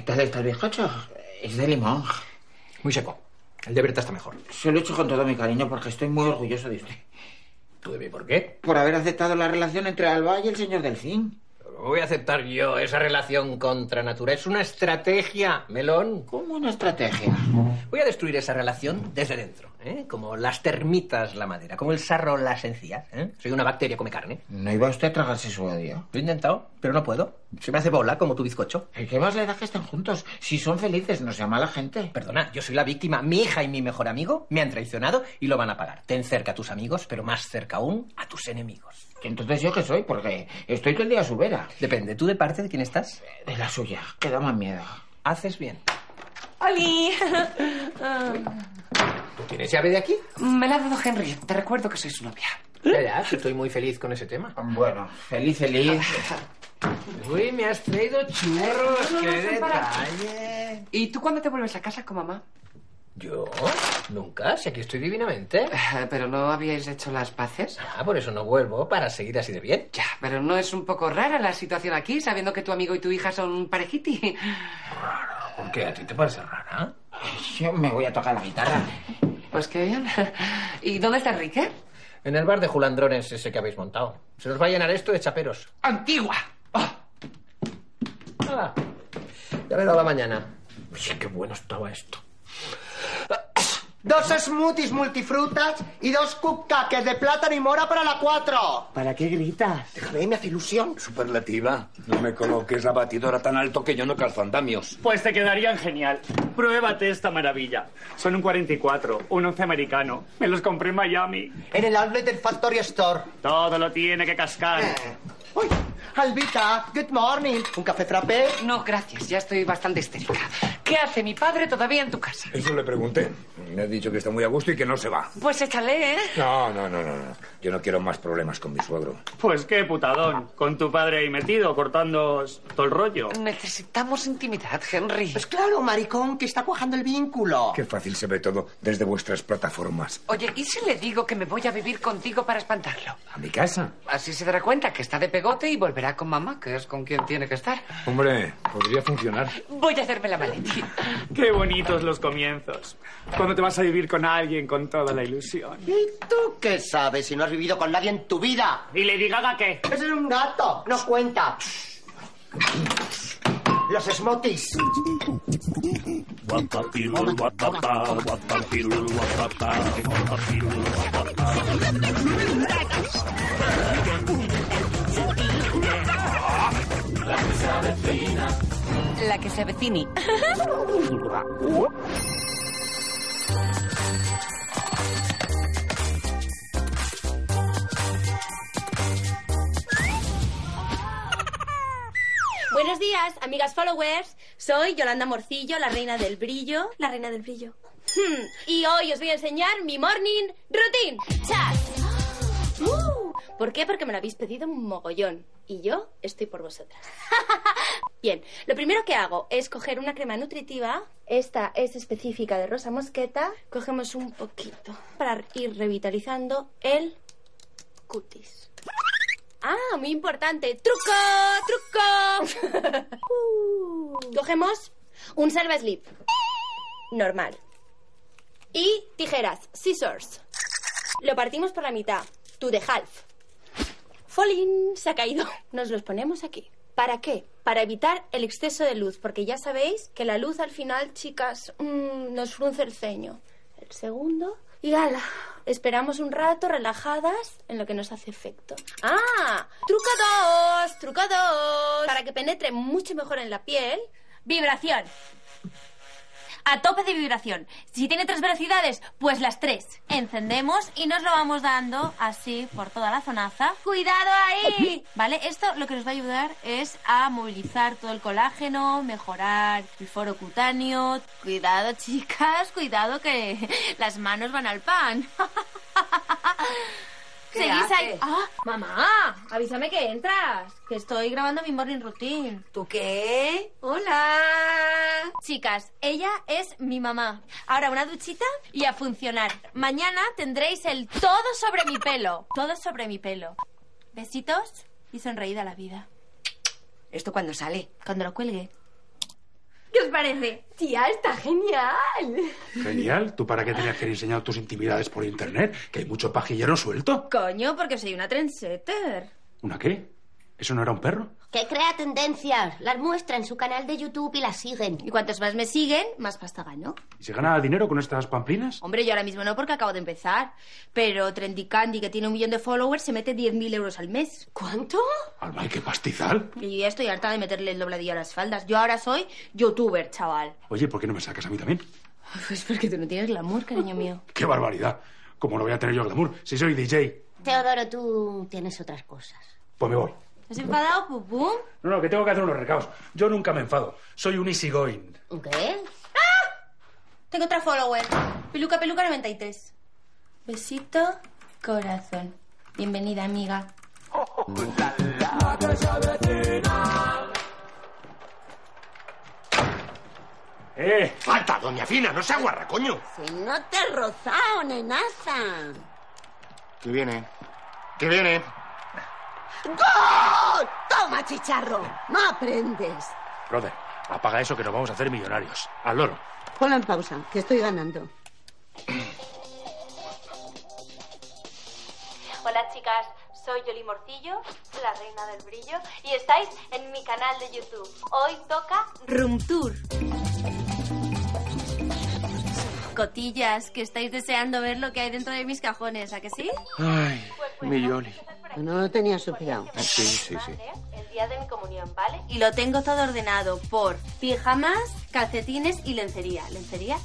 tal está el bizcocho? Es de limón. Muy seco. El de Berta está mejor. Se lo he hecho con todo mi cariño porque estoy muy orgulloso de usted. ¿Tú de mí por qué? Por haber aceptado la relación entre Alba y el señor Delfín. Voy a aceptar yo esa relación contra natura. Es una estrategia, melón. ¿Cómo una estrategia? Voy a destruir esa relación desde dentro, ¿eh? Como las termitas la madera, como el sarro las encías, ¿eh? Soy una bacteria, come carne. ¿No iba usted a tragarse su odio? Lo he intentado, pero no puedo. Se me hace bola como tu bizcocho. ¿Y qué más le da que estén juntos? Si son felices, no sea mala gente. Perdona, yo soy la víctima. Mi hija y mi mejor amigo me han traicionado y lo van a pagar. Ten cerca a tus amigos, pero más cerca aún a tus enemigos. Entonces, ¿yo qué soy? Porque estoy todo el día a su vera. Depende. ¿Tú de parte de quién estás? De la suya, que da más miedo. Haces bien. ¡Oli! ¿Tú tienes llave de aquí? Me la ha dado Henry. Te recuerdo que soy su novia. Ya, estoy muy feliz con ese tema. Bueno, feliz. Uy, me has traído churros, qué detalle. ¿Y tú cuándo te vuelves a casa con mamá? ¿Yo? Nunca, si aquí estoy divinamente. ¿Pero no habíais hecho las paces? Ah, por eso no vuelvo, para seguir así de bien. Ya, pero ¿no es un poco rara la situación aquí, sabiendo que tu amigo y tu hija son parejiti? Raro, ¿por qué? ¿A ti te parece rara? Yo me voy a tocar la guitarra. Pues qué bien. ¿Y dónde está Enrique? En el bar de Julandrones ese que habéis montado. Se nos va a llenar esto de chaperos. ¡Antigua! Oh. Ah, ya le he dado la mañana. Uy, qué bueno estaba esto. 2 smoothies multifrutas y 2 cupcakes de plátano y mora para la 4. ¿Para qué gritas? Déjame, me hace ilusión. Superlativa. No me coloques la batidora tan alto que yo no calzo andamios. Pues te quedarían genial. Pruébate esta maravilla. Son un 44, un 11 americano. Me los compré en Miami. En el outlet del Factory Store. Todo lo tiene que cascar. Uy, Albita, good morning. ¿Un café frappé? No, gracias. Ya estoy bastante histérica. ¿Qué hace mi padre todavía en tu casa? Eso le pregunté. Me ha dicho que está muy a gusto y que no se va. Pues échale, ¿eh? No. Yo no quiero más problemas con mi suegro. Pues qué putadón. Con tu padre ahí metido, cortando todo el rollo. Necesitamos intimidad, Henry. Pues claro, maricón, que está cuajando el vínculo. Qué fácil se ve todo desde vuestras plataformas. Oye, ¿y si le digo que me voy a vivir contigo para espantarlo? ¿A mi casa? Así se dará cuenta que está de pegote y volverá con mamá, que es con quien tiene que estar. Hombre, podría funcionar. Voy a hacerme la maleta. Qué bonitos los comienzos. Cuando te vas a vivir con alguien con toda la ilusión. ¿Y tú qué sabes si no has vivido con nadie en tu vida? ¿Y Lady Gaga qué? Ese es un gato, no cuenta. Los smoothies. La que se avecini. Buenos días, amigas followers. Soy Yolanda Morcillo, la reina del brillo. La reina del brillo. Y hoy os voy a enseñar mi morning routine. ¡Chas! ¿Por qué? Porque me lo habéis pedido un mogollón. Y yo estoy por vosotras. Bien, lo primero que hago es coger una crema nutritiva. Esta es específica de Rosa Mosqueta. Cogemos un poquito para ir revitalizando el cutis. Ah, muy importante. ¡Truco! Cogemos un Salva Slip. Normal. Y tijeras, scissors. Lo partimos por la mitad. To the half. Folín, se ha caído. Nos los ponemos aquí. ¿Para qué? Para evitar el exceso de luz, porque ya sabéis que la luz al final, chicas, nos frunce el ceño. El segundo. Y ala, esperamos un rato relajadas en lo que nos hace efecto. ¡Ah! Truco 2. Para que penetre mucho mejor en la piel. Vibración. A tope de vibración. Si tiene 3 velocidades, pues las 3. Encendemos y nos lo vamos dando así por toda la zonaza. ¡Cuidado ahí! ¿Vale? Esto lo que nos va a ayudar es a movilizar todo el colágeno, mejorar el foro cutáneo. Cuidado, chicas, cuidado que las manos van al pan. ¿Seguís ahí? ¡Ah, mamá! Avísame que entras, que estoy grabando mi morning routine. ¿Tú qué? ¡Hola! Chicas, ella es mi mamá. Ahora una duchita y a funcionar. Mañana tendréis el todo sobre mi pelo. Todo sobre mi pelo. Besitos y sonreída la vida. ¿Esto cuándo sale? Cuando lo cuelgue. ¿Qué os parece? Tía, está genial. Genial. ¿Tú para qué tenías que enseñar tus intimidades por internet? Que hay mucho pajillero suelto. Coño, porque soy una trendsetter. ¿Una qué? ¿Eso no era un perro? Que crea tendencias, las muestra en su canal de YouTube y las siguen. Y cuantos más me siguen, más pasta gano. ¿Y se gana dinero con estas pamplinas? Hombre, yo ahora mismo no porque acabo de empezar. Pero Trendy Candy, que tiene 1 millón de followers, se mete 10.000 euros al mes. ¿Cuánto? Alma, ¿y qué pastizal? Y yo ya estoy harta de meterle el dobladillo a las faldas. Yo ahora soy youtuber, chaval. Oye, ¿por qué no me sacas a mí también? Pues porque tú no tienes glamour, cariño mío. ¡Qué barbaridad! ¿Cómo no voy a tener yo glamour si soy DJ? Teodoro, tú tienes otras cosas. Pues me voy. ¿Has enfadado, Pupú? No, que tengo que hacer unos recados. Yo nunca me enfado. Soy un easygoing. ¿Qué? ¡Ah! Tengo otra follower. Peluca 93. Besito, corazón. Bienvenida, amiga. ¡Falta, doña Fina! ¡No se aguarra, coño! Si no te he rozado, nenaza. Que viene. Que viene. ¡Gol! ¡Toma, chicharro! No aprendes. Brother, apaga eso que nos vamos a hacer millonarios. Al loro. Ponlo en pausa, que estoy ganando. Hola, chicas. Soy Yoli Morcillo, la reina del brillo, y estáis en mi canal de YouTube. Hoy toca Room Tour. Cotillas, que estáis deseando ver lo que hay dentro de mis cajones, ¿a que sí? Ay, mi Yoli. No lo tenía supiado. Sí. El día de mi comunión, ¿vale? Y lo tengo todo ordenado por pijamas, calcetines y lencería. ¿Lencería?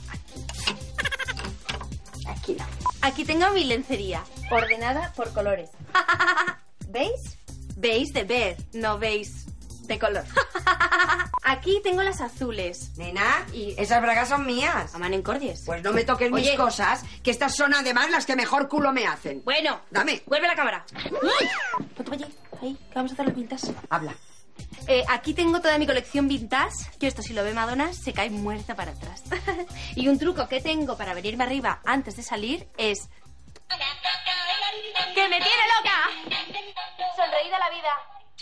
Aquí no. Aquí tengo mi lencería, ordenada por colores. ¿Veis? Veis de ver, no veis de color. Aquí tengo las azules. Nena, Y esas bragas son mías. Aman en cordies. Pues no me toques mis Oye. cosas, que estas son además las que mejor culo me hacen. Bueno, Dame. vuelve la cámara. Ponte allí, ahí, que vamos a hacer los vintage. Habla. Aquí tengo toda mi colección vintage, que esto si lo ve Madonna se cae muerta para atrás. Y un truco que tengo para venirme arriba antes de salir es... ¡Que me tiene loca! Sonreída la vida.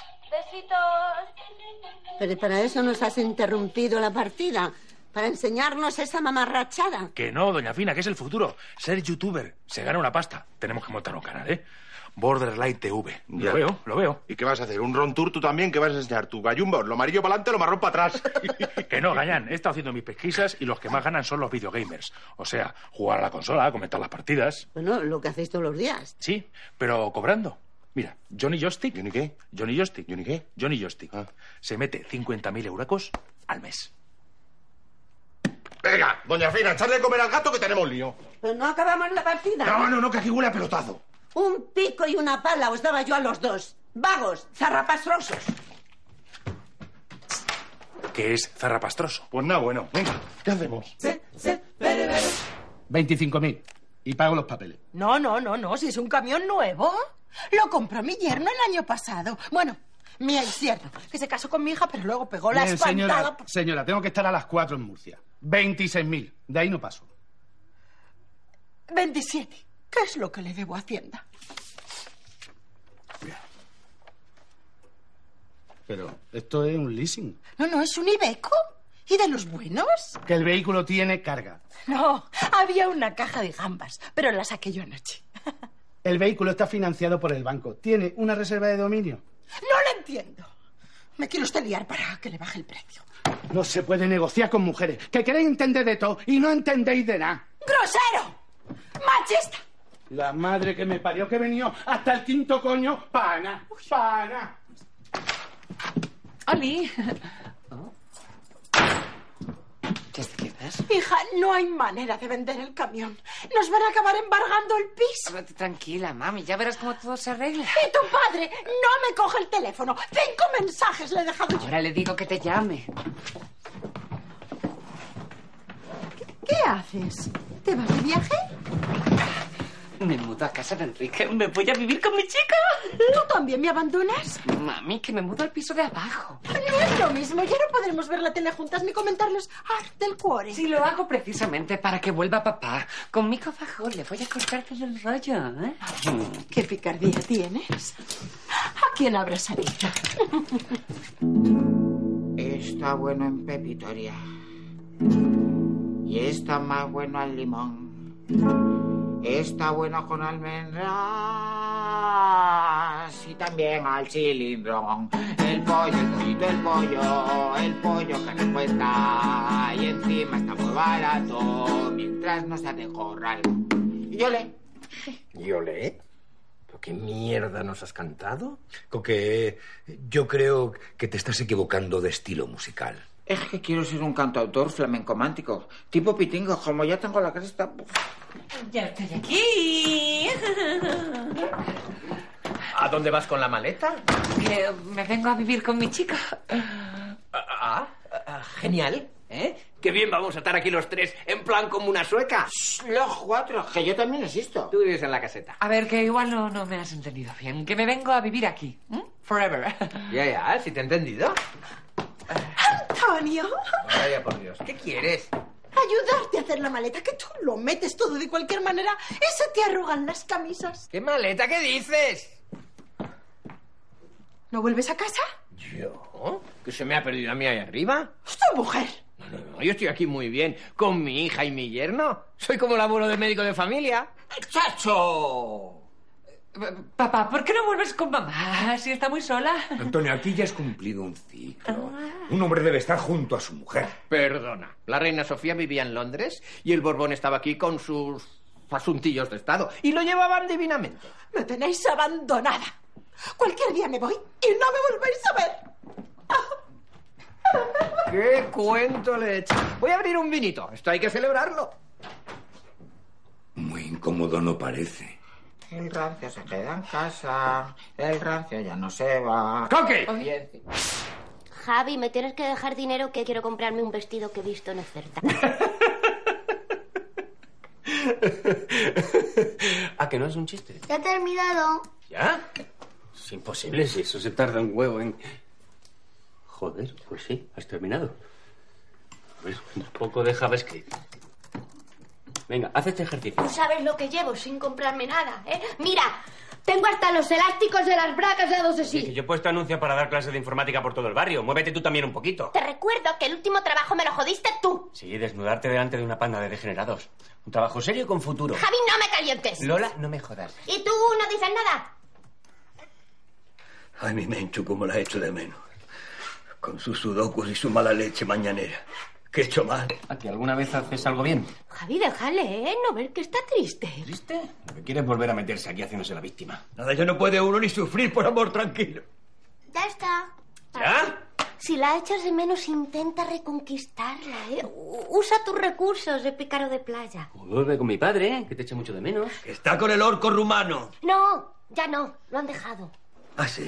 Besitos. Pero para eso nos has interrumpido la partida. Para enseñarnos esa mamarrachada. Que no, doña Fina, que es el futuro. Ser youtuber. Se gana una pasta. Tenemos que montar un canal, ¿eh? Borderline TV. Ya. Lo veo. ¿Y qué vas a hacer? ¿Un ron tour tú también? ¿Qué vas a enseñar? ¿Tu gallumbo? ¿Lo amarillo para adelante, lo marrón para atrás? Que no, Gañán. He estado haciendo mis pesquisas y los que más ganan son los videogamers. O sea, jugar a la consola, comentar las partidas. Bueno, lo que hacéis todos los días. Sí, pero cobrando. Mira, Johnny Joystick. ¿Johnny qué? Johnny Joystick. ¿Johnny qué? Johnny Joystick. Ah. Se mete 50.000 euracos al mes. Venga, doña Fina, echarle a comer al gato que tenemos lío. Pero no acabamos la partida. No, que aquí huele a pelotazo. Un pico y una pala os daba yo a los dos. Vagos, zarrapastrosos. Que es zarrapastroso. Pues nada, bueno. Venga, ¿qué hacemos? 25.000. Y pago los papeles. No, si es un camión nuevo. Lo compró mi yerno el año pasado. Bueno, mi ex yerno, que se casó con mi hija, pero luego pegó la Bien, espantada. señora, tengo que estar a las 4 en Murcia. 26.000. De ahí no paso. 27. ¿Qué es lo que le debo a Hacienda? Pero esto es un leasing. No, es un Iveco. ¿Y de los buenos? Que el vehículo tiene carga. No, había una caja de gambas, pero la saqué yo anoche. El vehículo está financiado por el banco. ¿Tiene una reserva de dominio? No lo entiendo. Me quiere usted liar para que le baje el precio. No se puede negociar con mujeres. Que queréis entender de todo y no entendéis de nada. ¡Grosero! ¡Machista! La madre que me parió, que he venido hasta el quinto coño. ¡Pana! ¡Pana! Oli. ¿Qué te quedas? Hija, no hay manera de vender el camión. Nos van a acabar embargando el piso. Tranquila, mami, ya verás cómo todo se arregla. Y tu padre no me coge el teléfono. 5 mensajes le he dejado yo. Ahora le digo que te llame. ¿Qué haces? ¿Te vas de viaje? Me mudo a casa de Enrique. Me voy a vivir con mi chica. ¿Tú también me abandonas? Mami, que me mudo al piso de abajo. No es lo mismo. Ya no podremos ver la tele juntas ni comentar los Art del Cuore. Si lo hago precisamente para que vuelva papá. Conmigo abajo le voy a cortar todo el rollo, ¿eh? ¿Qué picardía tienes? ¿A quién habrá salido? Esto está bueno en pepitoria. Y está más bueno al limón. Está bueno con almendras y también al cilindrón. El pollo, el pollito, el pollo que nos cuesta. Y encima está muy barato mientras no se hace corral. Y olé. ¿Y olé? ¿Qué mierda nos has cantado? Coque, yo creo que te estás equivocando de estilo musical. Es que quiero ser un cantautor flamencomántico, tipo Pitingo, como ya tengo la cresta. Ya estoy aquí. ¿A dónde vas con la maleta? Que me vengo a vivir con mi chica. Genial, ¿eh? Qué bien vamos a estar aquí los tres, en plan como una sueca. Los cuatro, que yo también existo. Tú vives en la caseta. A ver, que igual no me has entendido bien. Que me vengo a vivir aquí. Forever. Ya, si te he entendido. Antonio, Vaya por Dios, ¿qué quieres? ayudarte a hacer la maleta, que tú lo metes todo de cualquier manera y se te arrugan las camisas. ¿Qué maleta? ¿Qué dices? ¿No vuelves a casa? ¿Yo? ¿Que se me ha perdido a mí ahí arriba? ¡Es tu mujer! No, yo estoy aquí muy bien, con mi hija y mi yerno. Soy como el abuelo del médico de familia. ¡Chacho! Papá, ¿por qué no vuelves con mamá si está muy sola? Antonio, aquí ya has cumplido un ciclo. Un hombre debe estar junto a su mujer. Perdona, la reina Sofía vivía en Londres y el Borbón estaba aquí con sus asuntillos de estado y lo llevaban divinamente. Me tenéis abandonada. Cualquier día me voy y no me volvéis a ver. ¡Qué cuento le he hecho! Voy a abrir un vinito. Esto hay que celebrarlo. Muy incómodo no parece. El rancio se queda en casa. El rancio ya no se va. ¡Coque! Javi, me tienes que dejar dinero que quiero comprarme un vestido que he visto en oferta. ¿A que no es un chiste? Ya he terminado. ¿Ya? Es imposible, si eso se tarda un huevo en... Joder, pues sí, has terminado. A ver, un poco de JavaScript. Venga, haz este ejercicio. Tú sabes lo que llevo sin comprarme nada, ¿eh? Mira, tengo hasta los elásticos de las bracas dados así. Sí, que yo he puesto anuncio para dar clases de informática por todo el barrio. Muévete tú también un poquito. Te recuerdo que el último trabajo me lo jodiste tú. Sí, desnudarte delante de una panda de degenerados. Un trabajo serio y con futuro. Javi, no me calientes. Lola, no me jodas. ¿Y tú no dices nada? Ay, mi Menchu, cómo la he hecho de menos. Con sus sudokus y su mala leche mañanera. ¿Qué he hecho mal? ¿A que alguna vez haces algo bien? Javi, déjale, ¿eh? No ver que está triste. ¿Triste? Lo que quiere es volver a meterse aquí haciéndose la víctima. Nada, ya no puede uno ni sufrir por amor tranquilo. Ya está. ¿Ya? Si la echas de menos, intenta reconquistarla, ¿eh? Usa tus recursos de pícaro de playa. Vuelve con mi padre, que te echa mucho de menos. Está con el orco rumano. No, ya no. Lo han dejado. ¿Ah, sí?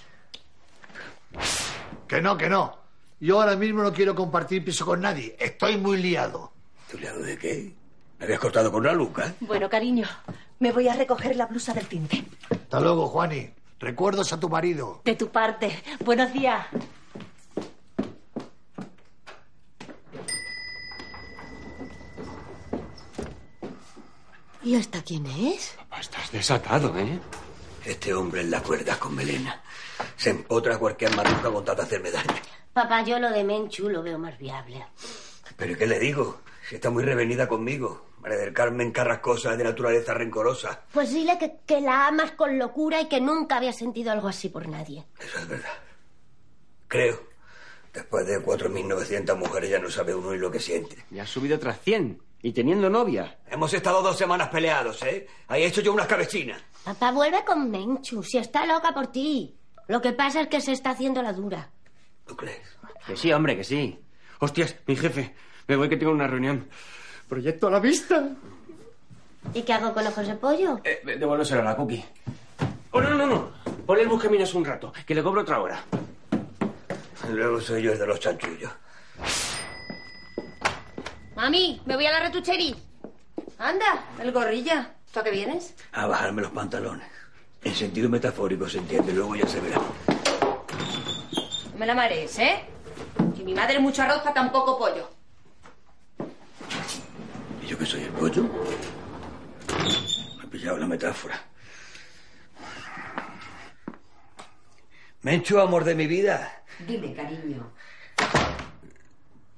Que no, que no. Yo ahora mismo no quiero compartir piso con nadie. Estoy muy liado. ¿Tú liado de qué? ¿Me habías cortado con la Luca? Bueno, cariño, me voy a recoger la blusa del tinte. Hasta luego, Juani. Recuerdos a tu marido. De tu parte. Buenos días. ¿Y hasta quién es? Papá, estás desatado, ¿eh? Este hombre en la cuerda con melena. Se empotra a cualquier maruca con tal de hacerme daño. Papá, yo lo de Menchu lo veo más viable. ¿Pero qué le digo? Si está muy revenida conmigo. María del Carmen Carrascosa es de naturaleza rencorosa. Pues dile que la amas con locura y que nunca había sentido algo así por nadie. Eso es verdad. Creo. Después de 4.900 mujeres ya no sabe uno ni lo que siente. Ya has subido otras 100. Y teniendo novia. Hemos estado 2 semanas peleados, ¿eh? Ahí he hecho yo unas cabecinas. Papá, vuelve con Menchu, si está loca por ti. Lo que pasa es que se está haciendo la dura. ¿Tú crees? Que sí, hombre, que sí. Hostias, mi jefe. Me voy que tengo una reunión. Proyecto a la vista. ¿Y qué hago con ojos de pollo? Devuélveselo a la Cookie. Oh, no. Ponle el buscaminas un rato, que le cobro otra hora. Luego soy yo el de los chanchullos. Mami, me voy a la retuchería. Anda, el gorrilla. ¿Tú a qué vienes? A bajarme los pantalones. En sentido metafórico, se entiende. Luego ya se verá. No me la marees, ¿eh? Que mi madre mucho arroz para tan poco pollo. ¿Y yo que soy el pollo? Me he pillado la metáfora. Menchu, amor de mi vida. Dime, cariño.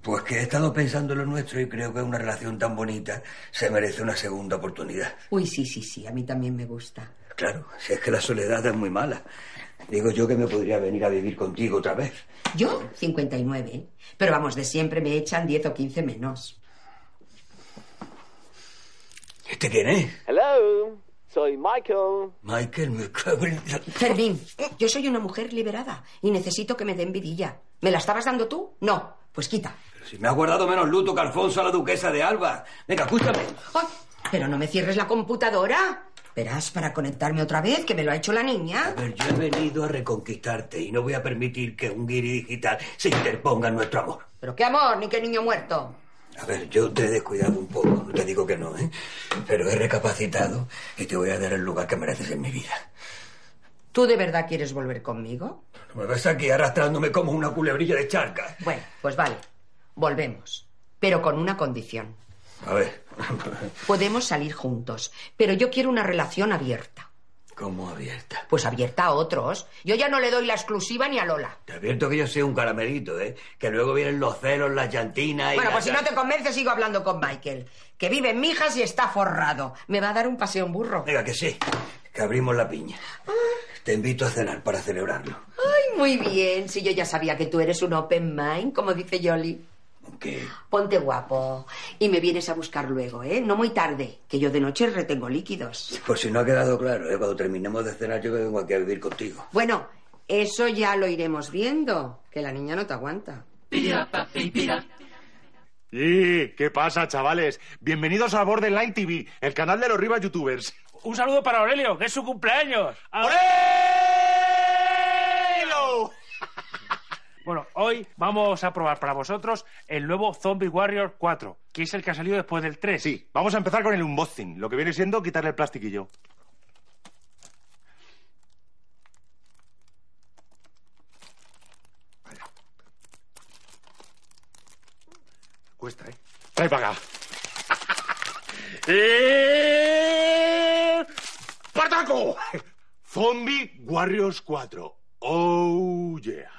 Pues que he estado pensando en lo nuestro y creo que una relación tan bonita se merece una segunda oportunidad. Uy, sí, a mí también me gusta. Claro, si es que la soledad es muy mala. Digo yo que me podría venir a vivir contigo otra vez. Yo, 59. Pero vamos, de siempre me echan 10 o 15 menos. ¿Este quién es? Hello, soy Michael. Michael, me cago en... Fermín, yo soy una mujer liberada y necesito que me den vidilla. ¿Me la estabas dando tú? No, pues quita. Pero si me ha guardado menos luto que Alfonso a la duquesa de Alba. Venga, escúchame. Ay, pero no me cierres la computadora. Verás, para conectarme otra vez, que me lo ha hecho la niña. A ver, yo he venido a reconquistarte y no voy a permitir que un guiri digital se interponga en nuestro amor. Pero qué amor, ni qué niño muerto. A ver, yo te he descuidado un poco, no te digo que no, ¿eh? Pero he recapacitado y te voy a dar el lugar que mereces en mi vida. ¿Tú de verdad quieres volver conmigo? No me ves aquí arrastrándome como una culebrilla de charca. Bueno, pues vale, volvemos. Pero con una condición. A ver. Podemos salir juntos, pero yo quiero una relación abierta. ¿Cómo abierta? Pues abierta a otros. Yo ya no le doy la exclusiva ni a Lola. Te advierto que yo soy un caramelito, ¿eh? Que luego vienen los celos, las llantinas y... Bueno, pues si no te convence, sigo hablando con Michael. Que vive en Mijas y está forrado. Me va a dar un paseo en burro. Venga, que sí. Que abrimos la piña. Te invito a cenar para celebrarlo. Ay, muy bien. Si yo ya sabía que tú eres un open mind, como dice Yoli. ¿Qué? Ponte guapo. Y me vienes a buscar luego, ¿eh? No muy tarde, que yo de noche retengo líquidos. Por si no ha quedado claro, ¿eh? Cuando terminemos de cenar yo vengo aquí a vivir contigo. Bueno, eso ya lo iremos viendo, que la niña no te aguanta. ¿Y qué pasa, chavales? Bienvenidos a Borderline TV, el canal de los Rivas youtubers. Un saludo para Aurelio, que es su cumpleaños. ¡Aurelio! Bueno, hoy vamos a probar para vosotros el nuevo Zombie Warrior 4, que es el que ha salido después del 3. Sí, vamos a empezar con el unboxing, lo que viene siendo quitarle el plastiquillo. Vaya. Cuesta, ¿eh? Trae para acá. ¡Partaco! Zombie Warriors 4. Oh, yeah.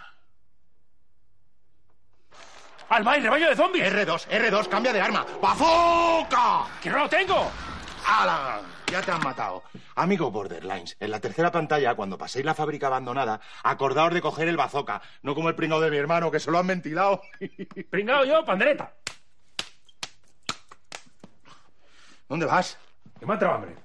¡Alma y rebaño de zombies! R2, cambia de arma. ¡Bazooka! ¡Que no lo tengo! ¡Hala! Ya te han matado. Amigo Borderlines, en la tercera pantalla, cuando paséis la fábrica abandonada, acordaos de coger el bazooka, no como el pringao de mi hermano, que se lo han ventilado. Pringao yo, pandereta. ¿Dónde vas? Que me ha entrado hambre.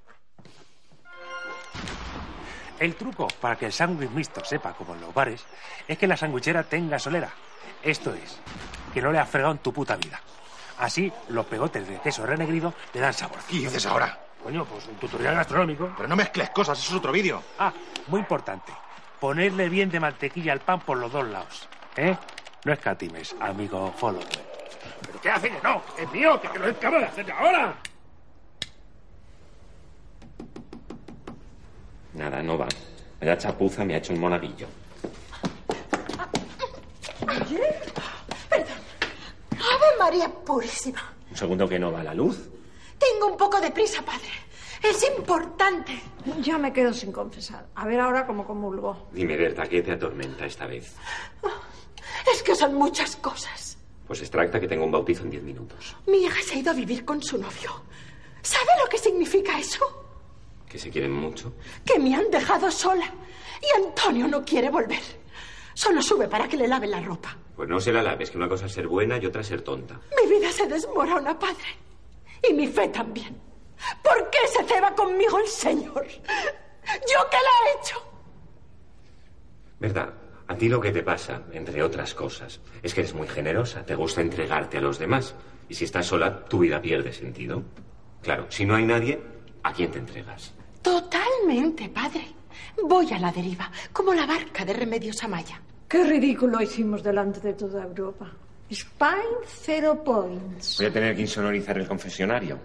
El truco para que el sándwich mixto sepa como en los bares es que la sandwichera tenga solera. Esto es, que no le has fregado en tu puta vida. Así, los pegotes de queso renegrido le dan sabor. ¿Qué dices ahora? Coño, pues un tutorial gastronómico. Pero no mezcles cosas, eso es otro vídeo. Ah, muy importante. Ponerle bien de mantequilla al pan por los dos lados. ¿Eh? No escatimes, amigo follower. ¿Pero qué hace? Que no, es mío, que lo acabo de hacer ahora. Nada, no va. Vaya chapuza me ha hecho el monaguillo. Oye, perdón. Ave María Purísima. Un segundo que no va la luz. Tengo un poco de prisa, padre. Es importante. Yo me quedo sin confesar. A ver ahora cómo comulgo. Dime, Berta, ¿qué te atormenta esta vez? Es que son muchas cosas. Pues extracta que tengo un bautizo en 10 minutos. Mi hija se ha ido a vivir con su novio. ¿Sabe lo que significa eso? ¿Que se quieren mucho? Que me han dejado sola. Y Antonio no quiere volver. Solo sube para que le lave la ropa. Pues no se la laves, que una cosa es ser buena y otra es ser tonta. Mi vida se desmorona, padre. Y mi fe también. ¿Por qué se ceba conmigo el Señor? ¿Yo qué le he hecho? ¿Verdad? A ti lo que te pasa, entre otras cosas, es que eres muy generosa, te gusta entregarte a los demás. Y si estás sola, tu vida pierde sentido. Claro, si no hay nadie, ¿a quién te entregas? Totalmente, padre. Voy a la deriva, como la barca de Remedios Amaya. Qué ridículo hicimos delante de toda Europa. Spain, 0 points. Voy a tener que insonorizar el confesionario.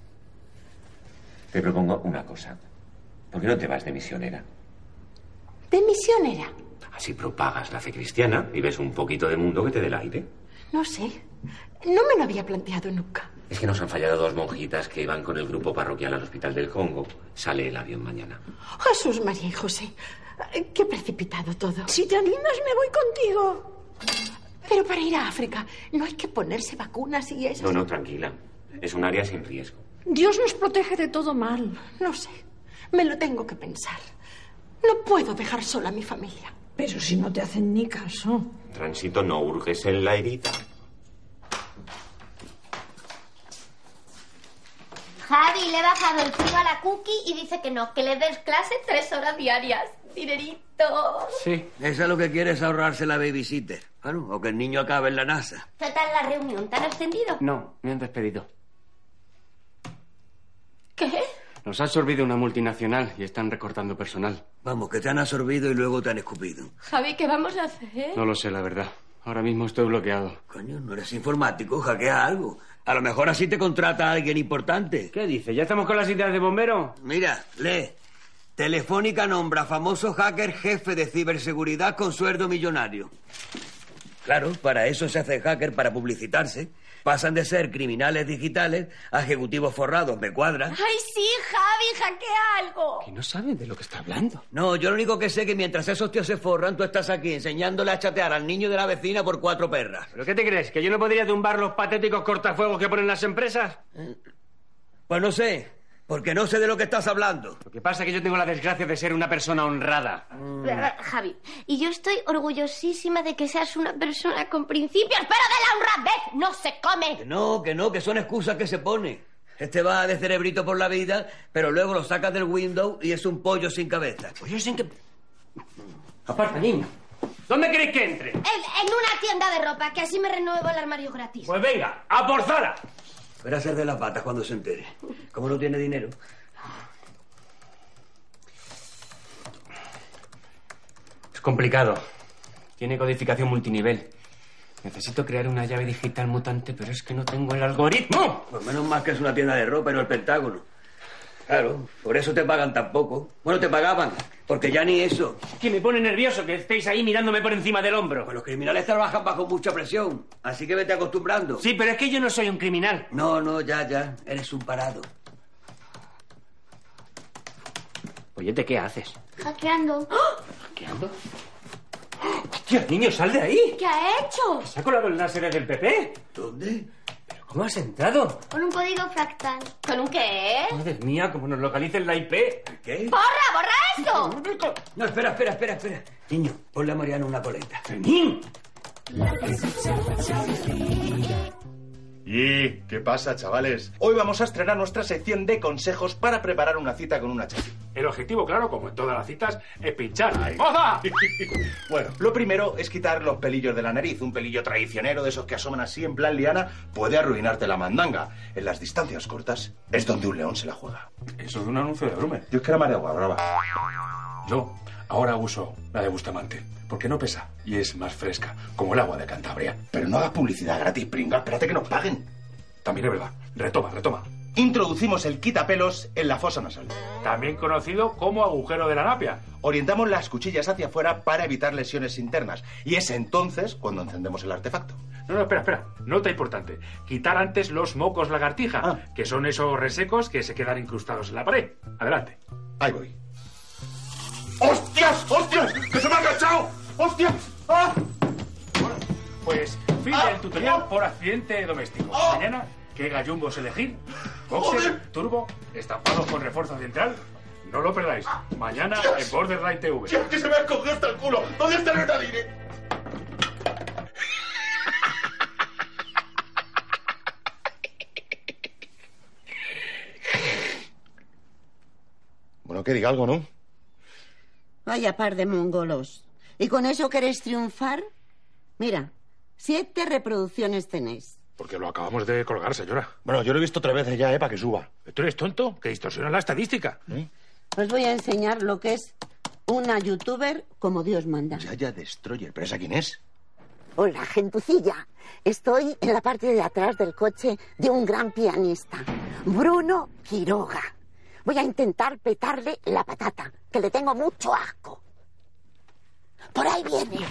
Te propongo una cosa. ¿Por qué no te vas de misionera? ¿De misionera? Así propagas la fe cristiana y ves un poquito de mundo que te dé el aire. No sé. No me lo había planteado nunca. Es que nos han fallado 2 monjitas que iban con el grupo parroquial al Hospital del Congo. Sale el avión mañana. Jesús, María y José. Qué precipitado todo. Si te animas, me voy contigo. Pero para ir a África no hay que ponerse vacunas y eso. No, tranquila. Es un área sin riesgo. Dios nos protege de todo mal. No sé. Me lo tengo que pensar. No puedo dejar sola a mi familia. Pero si no te hacen ni caso. Tránsito, no hurgues en la herida. Javi, le he bajado el frío a la cookie y dice que no, que le des clase 3 horas diarias. Dinerito. Sí. Esa es lo que quiere, es ahorrarse la babysitter. Claro, o que el niño acabe en la NASA. ¿Qué tal la reunión? ¿Te han ascendido? No, me han despedido. ¿Qué? Nos ha absorbido una multinacional y están recortando personal. Vamos, que te han absorbido y luego te han escupido. Javi, ¿qué vamos a hacer? No lo sé, la verdad. Ahora mismo estoy bloqueado. Coño, no eres informático, hackea algo. A lo mejor así te contrata a alguien importante. ¿Qué dice? ¿Ya estamos con las ideas de bombero? Mira, lee. Telefónica nombra famoso hacker jefe de ciberseguridad con sueldo millonario. Claro, para eso se hace hacker, para publicitarse. Pasan de ser criminales digitales a ejecutivos forrados, ¿me cuadra? ¡Ay, sí, Javi! ¡Hackea algo! Que no saben de lo que está hablando. No, yo lo único que sé es que mientras esos tíos se forran, tú estás aquí enseñándole a chatear al niño de la vecina por 4 perras. ¿Pero qué te crees? ¿Que yo no podría tumbar los patéticos cortafuegos que ponen las empresas? Pues no sé, porque no sé de lo que estás hablando. Lo que pasa es que yo tengo la desgracia de ser una persona honrada. Javi, y yo estoy orgullosísima de que seas una persona con principios, pero de la honradez no se come. Que son excusas que se pone. Este va de cerebrito por la vida, pero luego lo sacas del Windows y es un pollo sin cabeza. ¿Pollo sin cabeza? Aparta, niño. ¿Dónde queréis que entre? En una tienda de ropa, que así me renuevo el armario gratis. Pues venga, ¡a por Zara! Verá ser de las patas cuando se entere. Como no tiene dinero. Es complicado. Tiene codificación multinivel. Necesito crear una llave digital mutante, pero es que no tengo el algoritmo. Pues menos mal que es una tienda de ropa y no el Pentágono. Claro, por eso te pagan tan poco. Bueno, te pagaban, porque ya ni eso. Que me pone nervioso que estéis ahí mirándome por encima del hombro. Pues los criminales trabajan bajo mucha presión, así que vete acostumbrando. Sí, pero es que yo no soy un criminal. No, ya, eres un parado. Oyete, ¿qué haces? Hackeando. ¿Hackeando? ¡Hostia, niño, sal de ahí! ¿Qué ha hecho? ¿Se ha colado el láser del PP? ¿Dónde? ¿Pero cómo has entrado? Con un código fractal. ¿Con un qué? Madre mía, como nos localicen la IP. ¿Qué? ¡Borra esto! No, espera. Niño, ponle a Mariano una coleta. ¡Fermín! ¿Y qué pasa, chavales? Hoy vamos a estrenar nuestra sección de consejos para preparar una cita con una chachi. El objetivo, claro, como en todas las citas, es pinchar. Ay. ¡Oza! Bueno, lo primero es quitar los pelillos de la nariz. Un pelillo traicionero de esos que asoman así en plan liana puede arruinarte la mandanga. En las distancias cortas es donde un león se la juega. Eso es un anuncio de Brumer. Dios que era María Agua Brava. Yo ahora uso la de Bustamante, porque no pesa y es más fresca, como el agua de Cantabria. Pero no hagas publicidad gratis, pringa. Espérate que nos paguen. También es verdad. Retoma. Introducimos el quitapelos en la fosa nasal. También conocido como agujero de la napia. Orientamos las cuchillas hacia afuera para evitar lesiones internas. Y es entonces cuando encendemos el artefacto. No, espera. Nota importante. Quitar antes los mocos lagartija, que son esos resecos que se quedan incrustados en la pared. Adelante. Ahí voy. ¡Hostias! ¡Que se me ha agachado! ¡Hostias! ¡Ah! Bueno, pues fin del tutorial por accidente doméstico. Mañana, ¿qué gallumbos elegir? Boxer, turbo, estampados con refuerzo central. No lo perdáis. Mañana en Borderline TV. ¡Tío, que se me ha cogido hasta el culo! ¿Dónde está el Renadine? Bueno, que diga algo, ¿no? Vaya par de mongolos. ¿Y con eso queréis triunfar? Mira, 7 reproducciones tenéis. Porque lo acabamos de colgar, señora. Bueno, yo lo he visto 3 veces ya, para que suba. ¿Tú eres tonto? Que distorsiona la estadística. Os voy a enseñar lo que es una youtuber como Dios manda. Yaya Destroyer, ¿pero esa quién es? Hola, gentucilla. Estoy en la parte de atrás del coche de un gran pianista, Bruno Quiroga. Voy a intentar petarle la patata, que le tengo mucho asco. Por ahí viene.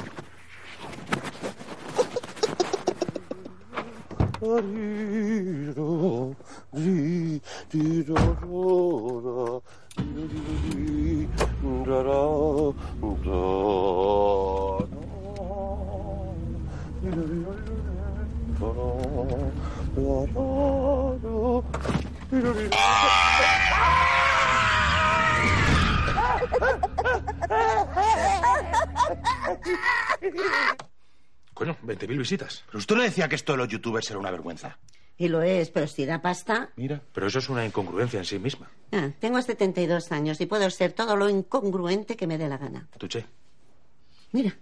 Coño, 20.000 visitas. Pero usted no decía que esto de los youtubers era una vergüenza. Y lo es, pero si da pasta... Mira, pero eso es una incongruencia en sí misma. Tengo 72 años y puedo ser todo lo incongruente que me dé la gana. Tuché. Mira.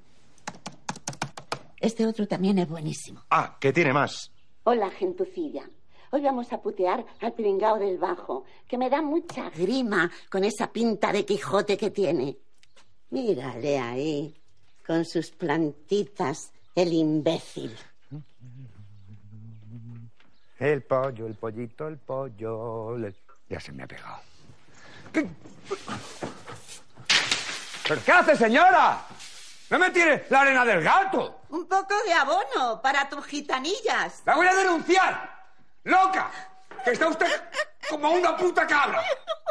Este otro también es buenísimo. Ah, ¿qué tiene más? Hola, gentucilla. Hoy vamos a putear al pringao del bajo, que me da mucha grima con esa pinta de Quijote que tiene. Mírale ahí, con sus plantitas, el imbécil. El pollo, el pollito, el pollo... Ya se me ha pegado. ¿Pero qué hace, señora? ¡No me tire la arena del gato! Un poco de abono para tus gitanillas. ¡La voy a denunciar! ¡Loca! ¡Que está usted como una puta cabra!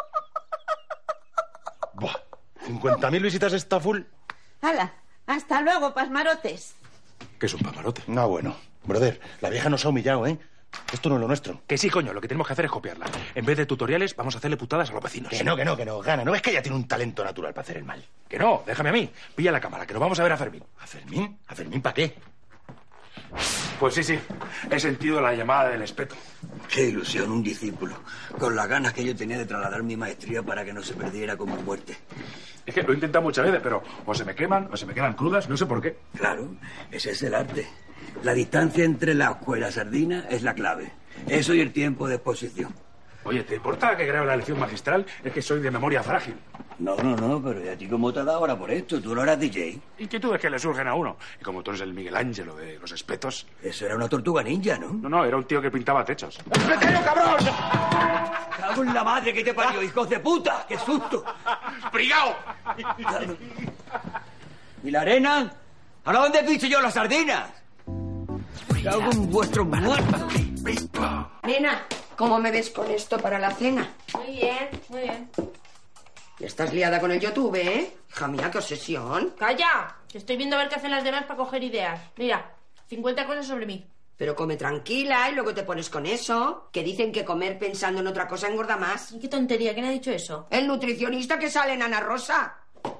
Buah, 50.000 visitas está full. ¡Hala! Hasta luego, pasmarotes. ¿Qué es un pamarote? No, bueno. Brother, la vieja nos ha humillado, ¿eh? Esto no es lo nuestro. Que sí, coño, lo que tenemos que hacer es copiarla. En vez de tutoriales, vamos a hacerle putadas a los vecinos. Que no, Gana. ¿No ves que ella tiene un talento natural para hacer el mal? Que no, déjame a mí. Pilla la cámara, que nos vamos a ver a Fermín. ¿A Fermín? ¿A Fermín para qué? Pues sí. He sentido la llamada del espeto. Qué ilusión, un discípulo. Con las ganas que yo tenía de trasladar mi maestría para que no se perdiera con mi muerte. Es que lo he intentado muchas veces, pero o se me queman o se me quedan crudas, no sé por qué. Claro, ese es el arte. La distancia entre la ascua y la sardina es la clave. Eso y el tiempo de exposición. Oye, ¿te importa que grabe la lección magistral? Es que soy de memoria frágil. No, pero ¿y a ti cómo te ha dado ahora por esto? Tú no eras DJ. Inquietudes que le surgen a uno. Y como tú eres el Miguel Ángelo de los espetos... Eso era una tortuga ninja, ¿no? No, era un tío que pintaba techos. ¡Espeterio, cabrón! ¡Cago en la madre que te parió, hijos de puta! ¡Qué susto! ¡Brigao! ¿Y la arena? ¿A dónde piso yo las sardinas? ¡Cago en vuestros muertos! Nena, ¿cómo me ves con esto para la cena? Muy bien. Estás liada con el YouTube, ¿eh? Hija mía, qué obsesión. ¡Calla! Que estoy viendo a ver qué hacen las demás para coger ideas. Mira, 50 cosas sobre mí. Pero come tranquila y luego te pones con eso. Que dicen que comer pensando en otra cosa engorda más. ¿Y qué tontería? ¿Quién ha dicho eso? El nutricionista que sale en Ana Rosa.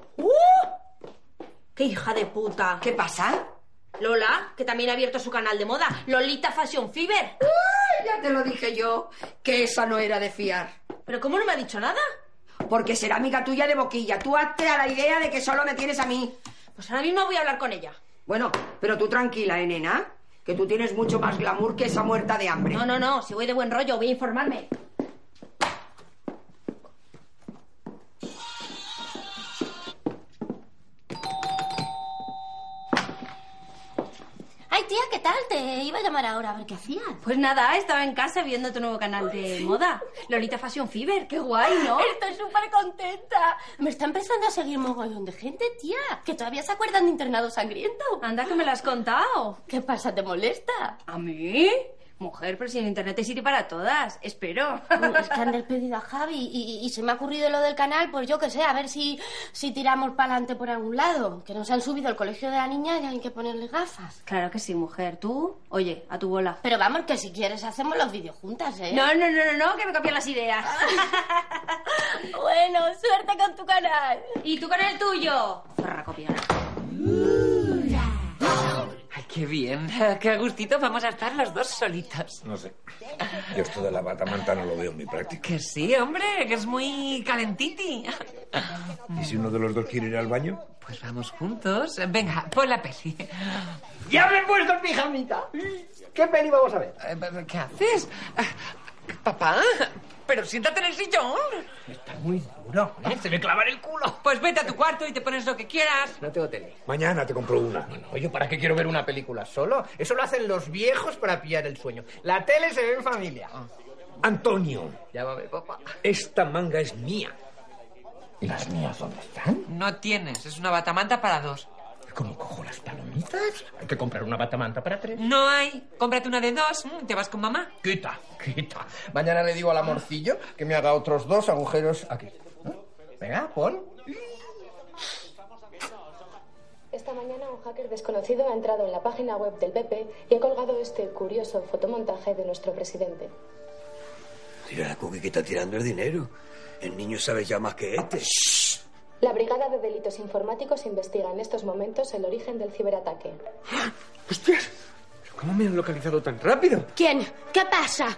¡Qué hija de puta! ¿Qué pasa? Lola, que también ha abierto su canal de moda. Lolita Fashion Fever. Ya te lo dije yo, que esa no era de fiar. ¿Pero cómo no me ha dicho nada? Porque será amiga tuya de boquilla. Tú hazte a la idea de que solo me tienes a mí. Pues ahora mismo voy a hablar con ella. Bueno, pero tú tranquila, nena? Que tú tienes mucho más glamour que esa muerta de hambre. No, si voy de buen rollo, voy a informarme. Ay, tía, ¿qué tal? Te iba a llamar ahora a ver qué hacías. Pues nada, estaba en casa viendo tu nuevo canal de moda. Lolita Fashion Fever, qué guay, ¿no? Estoy súper contenta. Me está empezando a seguir mogollón de gente, tía. Que todavía se acuerdan de Internado Sangriento. Anda, que me lo has contado. ¿Qué pasa? ¿Te molesta? ¿A mí? Mujer, pero si en internet hay sitio para todas. Espero. Es que han despedido a Javi y se me ha ocurrido lo del canal, pues yo qué sé, a ver si tiramos para adelante por algún lado. Que nos han subido al colegio de la niña y hay que ponerle gafas. Claro que sí, mujer. Tú, oye, a tu bola. Pero vamos, que si quieres hacemos los vídeos juntas, ¿eh? No, que me copian las ideas. Bueno, suerte con tu canal. ¿Y tú con el tuyo? Zorra copiona. Ay, qué bien. Qué a gustito vamos a estar los dos solitos. No sé. Yo esto de la batamanta no lo veo en mi práctica. Que sí, hombre, que es muy calentiti. ¿Y si uno de los dos quiere ir al baño? Pues vamos juntos. Venga, pon la peli. ¡Ya me he puesto en pijamita! ¿Qué peli vamos a ver? ¿Qué haces? Papá, pero siéntate en el sillón. Está muy duro, ¿eh? Se me clava en el culo. Pues vete a tu cuarto y te pones lo que quieras. No tengo tele. Mañana te compro una. No, yo ¿para qué quiero ver una película solo? Eso lo hacen los viejos para pillar el sueño. La tele se ve en familia. Antonio. Llámame, papá. Esta manga es mía. ¿Y las mías dónde están? No tienes, es una batamanta para dos. ¿Cómo cojo las palomitas? Hay que comprar una batamanta para 3. No hay. Cómprate una de 2. Te vas con mamá. Quita. Mañana le digo al amorcillo que me haga otros 2 agujeros aquí. Venga, pon. Esta mañana un hacker desconocido ha entrado en la página web del PP y ha colgado este curioso fotomontaje de nuestro presidente. Tira la cookie que está tirando el dinero. El niño sabe ya más que este. Shh. La Brigada de Delitos Informáticos investiga en estos momentos el origen del ciberataque. ¡Hostias! ¿Cómo me han localizado tan rápido? ¿Quién? ¿Qué pasa?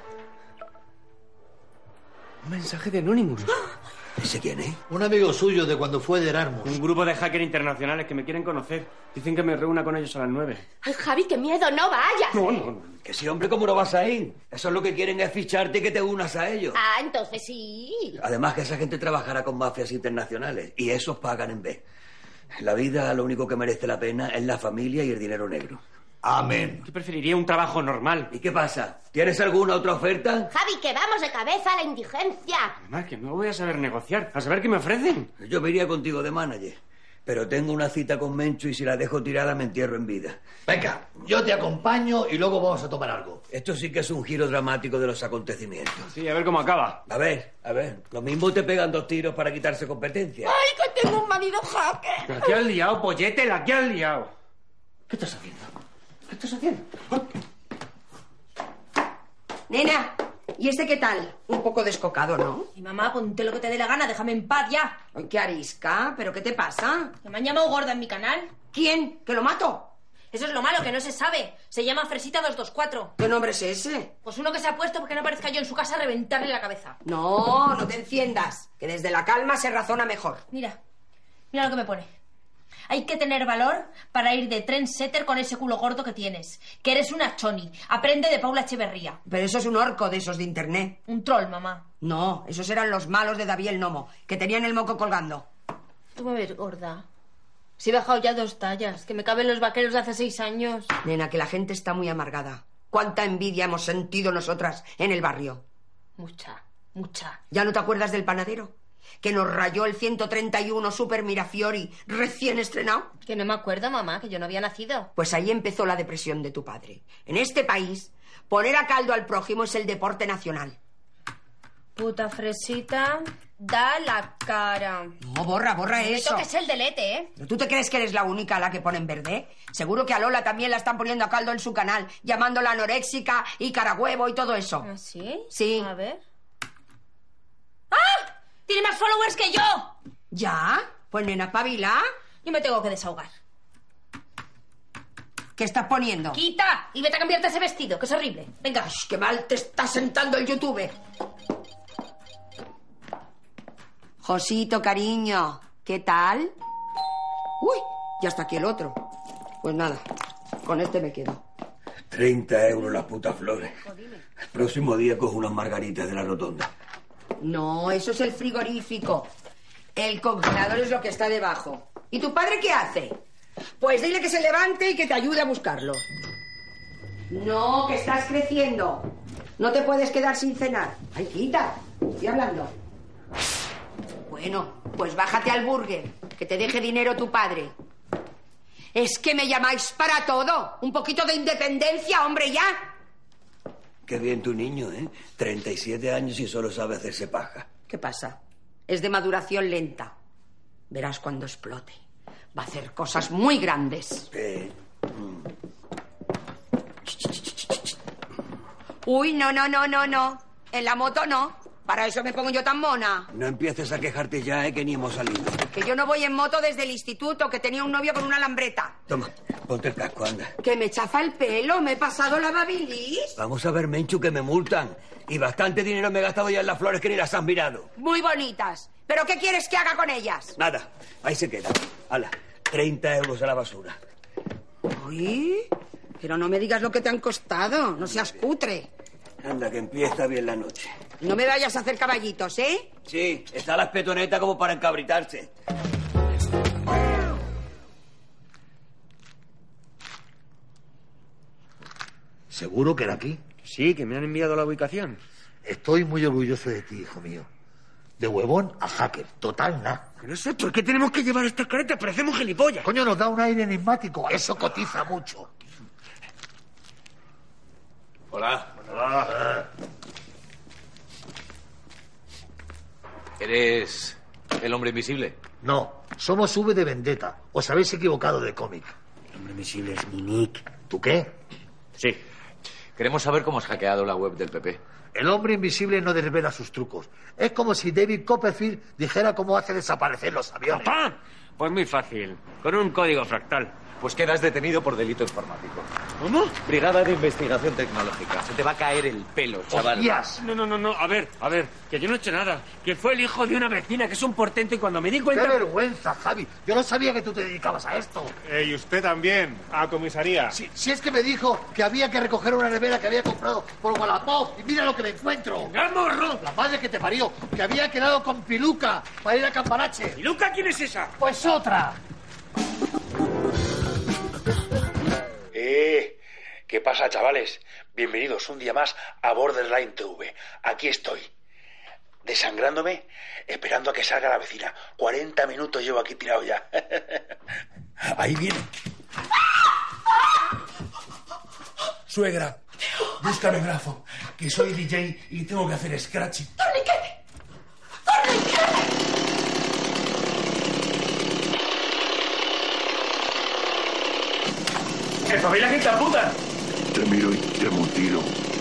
Un mensaje de Anonymous. ¿Ese quién es? Un amigo suyo de cuando fue de Erasmus. Un grupo de hackers internacionales que me quieren conocer. Dicen que me reúna con ellos a las 9. Ay, Javi, qué miedo, no vayas. No. Que sí, hombre, ¿cómo no vas a ir? Eso es lo que quieren, es ficharte y que te unas a ellos. Ah, entonces sí. Además que esa gente trabajará con mafias internacionales y esos pagan en B. En la vida lo único que merece la pena es la familia y el dinero negro. Amén. Yo preferiría un trabajo normal. ¿Y qué pasa? ¿Tienes alguna otra oferta? Javi, que vamos de cabeza a la indigencia. Además, que no voy a saber negociar. A saber qué me ofrecen. Yo me iría contigo de manager. Pero tengo una cita con Menchu y si la dejo tirada me entierro en vida. Venga, yo te acompaño y luego vamos a tomar algo. Esto sí que es un giro dramático de los acontecimientos. Sí, a ver cómo acaba. A ver. Lo mismo te pegan 2 tiros para quitarse competencia. ¡Ay, que tengo un marido hacker! ¿La que has liado, pollete? ¿La que has liado? ¿Qué estás haciendo? ¿Qué estás haciendo? Nena, ¿y este qué tal? Un poco descocado, ¿no? Y mamá, ponte lo que te dé la gana, déjame en paz ya. Ay, qué arisca, ¿pero qué te pasa? Que me han llamado gorda en mi canal. ¿Quién? ¿Que lo mato? Eso es lo malo, que no se sabe. Se llama Fresita 224. ¿Qué nombre es ese? Pues uno que se ha puesto porque no parezca yo en su casa a reventarle la cabeza. No, no te enciendas, que desde la calma se razona mejor. Mira lo que me pone. Hay que tener valor para ir de trendsetter con ese culo gordo que tienes. Que eres una choni. Aprende de Paula Echeverría. Pero eso es un orco de esos de internet. Un troll, mamá. No, esos eran los malos de David el Nomo, que tenían el moco colgando. Tú me ves gorda. Si he bajado ya 2 tallas, que me caben los vaqueros de hace 6 años. Nena, que la gente está muy amargada. ¿Cuánta envidia hemos sentido nosotras en el barrio? Mucha. ¿Ya no te acuerdas del panadero? Que nos rayó el 131 Super Mirafiori recién estrenado. Que no me acuerdo, mamá, que yo no había nacido. Pues ahí empezó la depresión de tu padre. En este país, poner a caldo al prójimo es el deporte nacional. Puta Fresita, da la cara. No, borra eso. Me toques el delete, ¿eh? ¿Pero tú te crees que eres la única a la que ponen verde? Seguro que a Lola también la están poniendo a caldo en su canal, llamándola anoréxica y carahuevo y todo eso. ¿Ah, sí? Sí. A ver. ¡Ah! ¡Tiene más followers que yo! ¿Ya? Pues nena, pabila. Yo me tengo que desahogar. ¿Qué estás poniendo? ¡Quita! Y vete a cambiarte ese vestido, que es horrible. Venga. Ay, ¡qué mal te está sentando el youtuber! Josito, cariño, ¿qué tal? Uy, ya está aquí el otro. Pues nada, con este me quedo. 30 euros las putas flores. El próximo día cojo unas margaritas de la rotonda. No, eso es el frigorífico. El congelador es lo que está debajo. ¿Y tu padre qué hace? Pues dile que se levante y que te ayude a buscarlo. No, que estás creciendo. No te puedes quedar sin cenar. Ay, quita, estoy hablando. Bueno, pues bájate al burger, que te deje dinero tu padre. Es que me llamáis para todo. Un poquito de independencia, hombre, ya. Qué bien tu niño, ¿eh? 37 años y solo sabe hacerse paja. ¿Qué pasa? Es de maduración lenta. Verás cuando explote. Va a hacer cosas muy grandes. Uy, no. En la moto no. Para eso me pongo yo tan mona. No empieces a quejarte ya, que ni hemos salido. Que yo no voy en moto desde el instituto, que tenía un novio con una lambreta. Toma, ponte el casco, anda. Que me chafa el pelo, me he pasado la babilis. Vamos a ver, Menchu, que me multan. Y bastante dinero me he gastado ya en las flores que ni las has mirado. Muy bonitas. ¿Pero qué quieres que haga con ellas? Nada, ahí se queda. Hala, 30 euros a la basura. Uy, pero no me digas lo que te han costado. No seas cutre. Anda, que empieza bien la noche. No me vayas a hacer caballitos, ¿eh? Sí, está la espetoneta como para encabritarse. ¿Seguro que era aquí? Sí, que me han enviado la ubicación. Estoy muy orgulloso de ti, hijo mío. De huevón a hacker. Total, nada. No sé, ¿por qué tenemos que llevar esta careta? Parecemos gilipollas. Coño, nos da un aire enigmático. Eso cotiza mucho. Hola. ¿Eres el hombre invisible? No, somos V de Vendetta. Os habéis equivocado de cómic. El hombre invisible es mi nick. ¿Tú qué? Sí. Queremos saber cómo has hackeado la web del PP. El hombre invisible no desvela sus trucos. Es como si David Copperfield dijera cómo hace desaparecer los aviones. ¡Papá! Pues muy fácil, con un código fractal. Pues quedas detenido por delito informático. ¿Cómo? Brigada de Investigación Tecnológica. Se te va a caer el pelo, chaval. ¡Hostias! No, a ver, que yo no he hecho nada. Que fue el hijo de una vecina que es un portento y cuando me di cuenta... ¡Qué vergüenza, Javi! Yo no sabía que tú te dedicabas a esto. Y usted también, a comisaría. Si es que me dijo que había que recoger una nevera que había comprado por Wallapop y mira lo que me encuentro. ¡Gamorro! La madre que te parió, que había quedado con Piluca para ir a Campanache. ¿Piluca quién es esa? Pues otra. ¿Qué pasa, chavales? Bienvenidos un día más a Borderline TV. Aquí estoy, desangrándome, esperando a que salga la vecina. 40 minutos llevo aquí tirado ya. Ahí viene. Suegra, búscame grafo, que soy DJ y tengo que hacer scratching. ¡Espabila, que te puta! Te miro y te mutilo.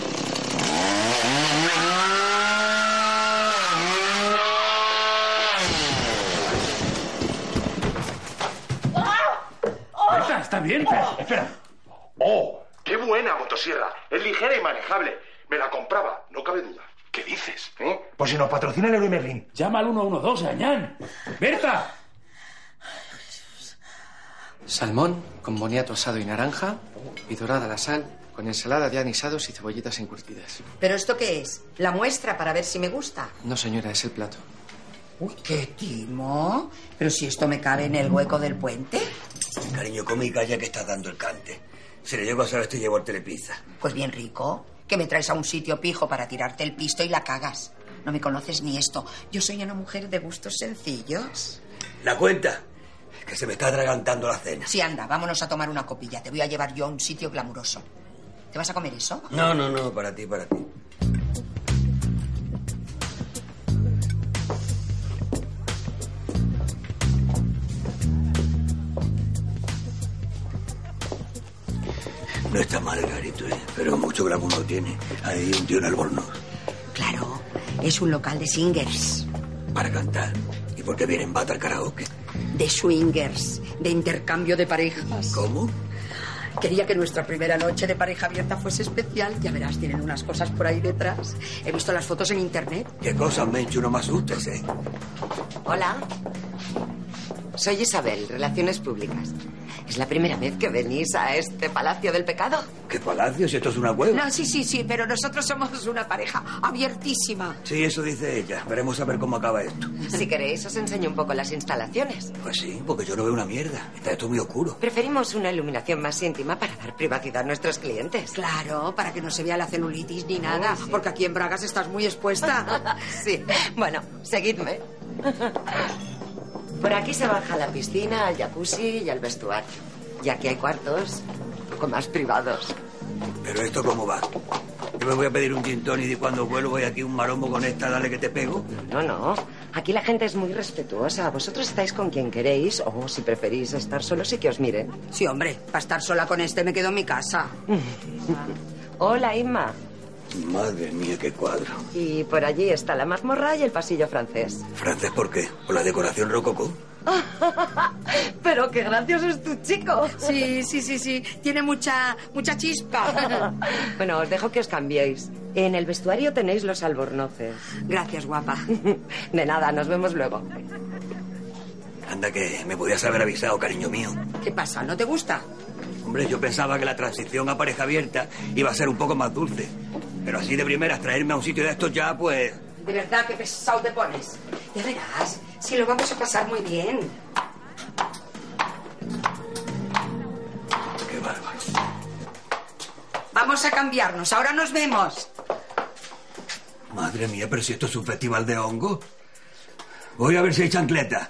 ¿Está bien? Espera. ¡Oh! ¡Qué buena motosierra! Es ligera y manejable. Me la compraba, no cabe duda. ¿Qué dices? Pues si nos patrocina el Leroy Merlin. Llama al 112, Gañán. ¡Berta! Salmón con boniato asado y naranja y dorada a la sal con ensalada de anisados y cebollitas encurtidas. ¿Pero esto qué es? ¿La muestra para ver si me gusta? No, señora, es el plato. Uy, qué timo. Pero si esto me cabe en el hueco del puente. Cariño, come y calla que estás dando el cante. Si le llego a saber, te llevo el telepizza. Pues bien rico. Que me traes a un sitio pijo para tirarte el pisto y la cagas. No me conoces ni esto. Yo soy una mujer de gustos sencillos. ¿La cuenta? Que se me está atragantando la cena. Sí, anda, vámonos a tomar una copilla. Te voy a llevar yo a un sitio glamuroso. ¿Te vas a comer eso? No, para ti. No está mal el garito, pero mucho glamour no tiene. Hay un tío en Albornoz. Claro, es un local de singers. Para cantar. ¿Y por qué vienen bata al karaoke? De swingers, de intercambio de parejas. ¿Cómo? Quería que nuestra primera noche de pareja abierta fuese especial. Ya verás, tienen unas cosas por ahí detrás. He visto las fotos en internet. ¿Qué cosas, Menchu? No me asustes, Hola. Soy Isabel, Relaciones Públicas. ¿Es la primera vez que venís a este Palacio del Pecado? ¿Qué palacio? Si esto es una cueva. No, sí, pero nosotros somos una pareja abiertísima. Sí, eso dice ella. Veremos a ver cómo acaba esto. Si queréis, os enseño un poco las instalaciones. Pues sí, porque yo no veo una mierda. Está esto muy oscuro. Preferimos una iluminación más íntima para dar privacidad a nuestros clientes. Claro, para que no se vea la celulitis ni nada. Sí. Porque aquí en Bragas estás muy expuesta. Sí. Bueno, seguidme. Por aquí se baja a la piscina, al jacuzzi y al vestuario. Y aquí hay cuartos un poco más privados. ¿Pero esto cómo va? Yo me voy a pedir un gin tonic y cuando vuelvo y aquí un maromo con esta, dale que te pego. No. Aquí la gente es muy respetuosa. Vosotros estáis con quien queréis o si preferís estar solos y que os miren. Sí, hombre, para estar sola con este me quedo en mi casa. Hola, Inma. Madre mía, qué cuadro. Y por allí está la mazmorra y el pasillo francés. ¿Francés por qué? ¿Por la decoración rococó? Pero qué gracioso es tu chico. Sí. Tiene mucha chispa. Bueno, os dejo que os cambiéis. En el vestuario tenéis los albornoces. Gracias, guapa. De nada, nos vemos luego. Anda que me podías haber avisado, cariño mío. ¿Qué pasa? ¿No te gusta? Hombre, yo pensaba que la transición a pareja abierta iba a ser un poco más dulce. Pero así de primeras traerme a un sitio de estos ya, pues... De verdad, qué pesado te pones. Ya verás, si lo vamos a pasar muy bien. Qué bárbaro. Vamos a cambiarnos, ahora nos vemos. Madre mía, pero si esto es un festival de hongo. Voy a ver si hay chancletas.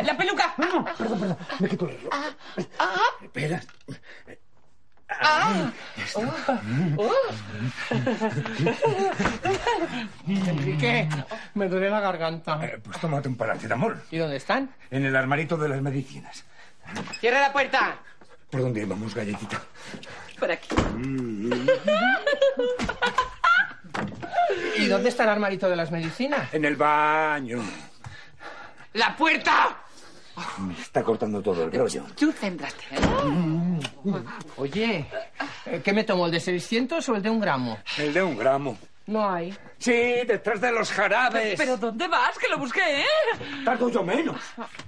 ¡La peluca! No, perdón, me quito el reloj. Espera. Enrique, me duele la garganta. Pues tómate un paracetamol. ¿Y dónde están? En el armarito de las medicinas. ¡Cierra la puerta! ¿Por dónde íbamos, galletita? Por aquí. ¿Y dónde está el armarito de las medicinas? En el baño. ¡La puerta! Me está cortando todo el rollo. Tú céntrate. Oye, ¿qué me tomo, el de 600 o el de 1 gramo? El de 1 gramo. No hay. Sí, detrás de los jarabes. ¿Pero dónde vas? Que lo busqué, ¿eh? Tardo yo menos.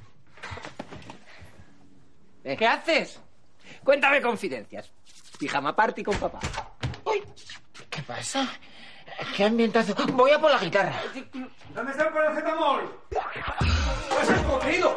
¿Qué haces? Cuéntame confidencias. Pijama party con papá. Uy, ¿qué pasa? ¿Qué ambientación? Voy a por la guitarra. ¿Dónde está el paracetamol? ¡Lo has escondido!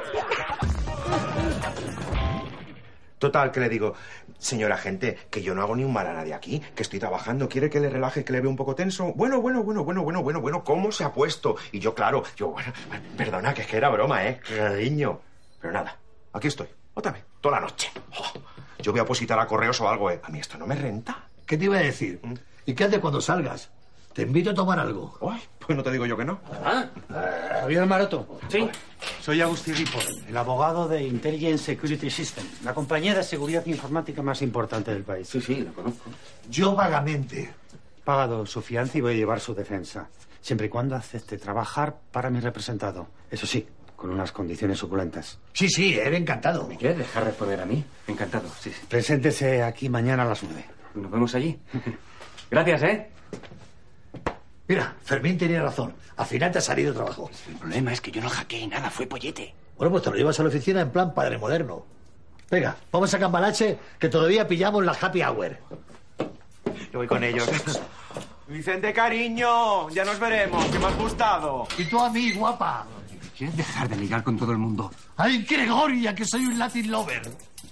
Total, que le digo, señora agente, que yo no hago ni un mal a nadie aquí, que estoy trabajando, ¿quiere que le relaje, que le vea un poco tenso? Bueno, ¿cómo se ha puesto? Y yo, claro, bueno, perdona, que es que era broma, cariño. Pero nada, aquí estoy, otra vez, toda la noche. Oh, yo voy a positar a correos o algo, A mí esto no me renta. ¿Qué te iba a decir? ¿Y qué haces cuando salgas? Te invito a tomar algo. Ay, pues no te digo yo que no. Javier Maroto. Sí. Soy Agustín Ripoll, el abogado de Intelligence Security System, la compañía de seguridad informática más importante del país. Sí, la conozco. Yo vagamente. Pagado su fianza y voy a llevar su defensa, siempre y cuando acepte trabajar para mi representado. Eso sí, con unas condiciones suculentas. Sí, él encantado. ¿Me quiere dejar responder a mí? Encantado, sí. Preséntese aquí mañana a las 9. Nos vemos allí. Gracias, ¿eh? Mira, Fermín tenía razón. Al final te ha salido trabajo. El problema es que yo no hackeé nada, fue pollete. Bueno, pues te lo llevas a la oficina en plan padre moderno. Venga, vamos a Cambalache, que todavía pillamos la happy hour. Yo voy con ellos. Vicente, cariño, ya nos veremos, que me has gustado. Y tú a mí, guapa. ¿Quieres dejar de ligar con todo el mundo? ¡Ay, Gregoria, que soy un Latin lover!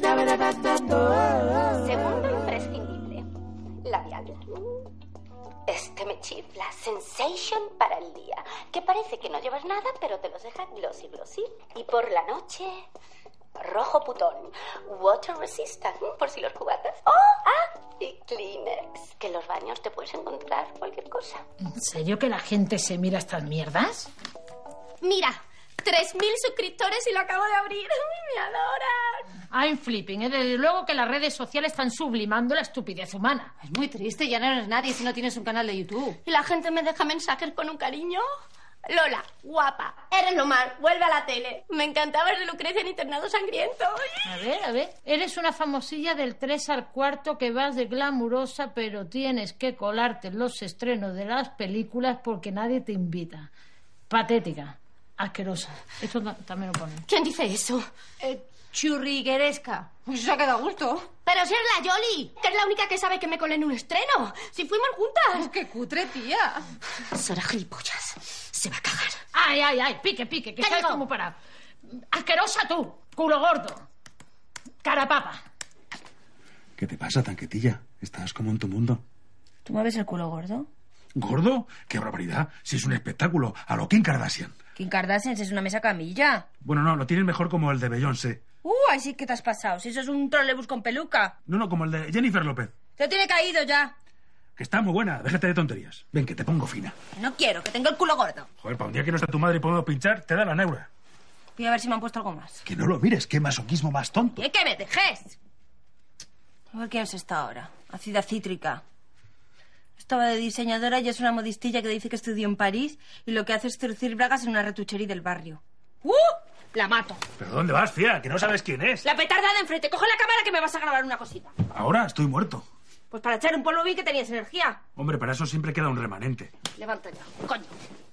Segundo imprescindible. Labial. Este me chifla. Sensation para el día. Que parece que no llevas nada, pero te los deja glossy glossy. Y por la noche, rojo putón. Water resistant, por si los cubatas. Y Kleenex. Que en los baños te puedes encontrar cualquier cosa. ¿En serio que la gente se mira estas mierdas? Mira, 3.000 suscriptores y lo acabo de abrir. ¡Me adoran! I'm flipping. Desde luego que las redes sociales están sublimando la estupidez humana. Es muy triste, ya no eres nadie si no tienes un canal de YouTube. Y la gente me deja mensajes con un cariño. Lola, guapa, eres lo más, vuelve a la tele. Me encantaba ver de Lucrecia en Internado Sangriento. A ver. Eres una famosilla del 3 al 4 que vas de glamurosa, pero tienes que colarte en los estrenos de las películas porque nadie te invita. Patética. Asquerosa. Esto también lo ponen. ¿Quién dice eso? Churrigueresca. Pues se ha quedado a gusto. Pero si es la Yoli, que es la única que sabe que me colé en un estreno. Si fuimos juntas. ¡Qué cutre, tía! Sora gilipollas. Se va a cagar. Ay, pique, que sabes cómo parar. Asquerosa tú, culo gordo. Cara papa. ¿Qué te pasa, tanquetilla? Estás como en tu mundo. ¿Tú me ves el culo gordo? ¿Gordo? ¡Qué barbaridad! Si es un espectáculo, a lo Kim Kardashian. Kim Kardashian es una mesa camilla. Bueno, no, lo tienes mejor como el de Beyoncé. Ahí sí que te has pasado. Si eso es un trolebús con peluca. No, como el de Jennifer López. Te tiene caído ya. Que está muy buena, déjate de tonterías. Ven, que te pongo fina. No quiero, que tengo el culo gordo. Joder, para un día que no está tu madre y podemos pinchar, te da la neura. Voy a ver si me han puesto algo más. Que no lo mires, qué masoquismo más tonto. ¿Y que me dejes? A ver qué es esta ahora. Ácida cítrica. Estaba de diseñadora y es una modistilla que dice que estudió en París y lo que hace es torcer bragas en una retuchería del barrio. La mato. ¿Pero dónde vas, fía? Que no sabes quién es. La petarda de enfrente. Coge la cámara que me vas a grabar una cosita. Ahora estoy muerto. Pues para echar un polvo vi que tenías energía. Hombre, para eso siempre queda un remanente. Levanta ya, coño.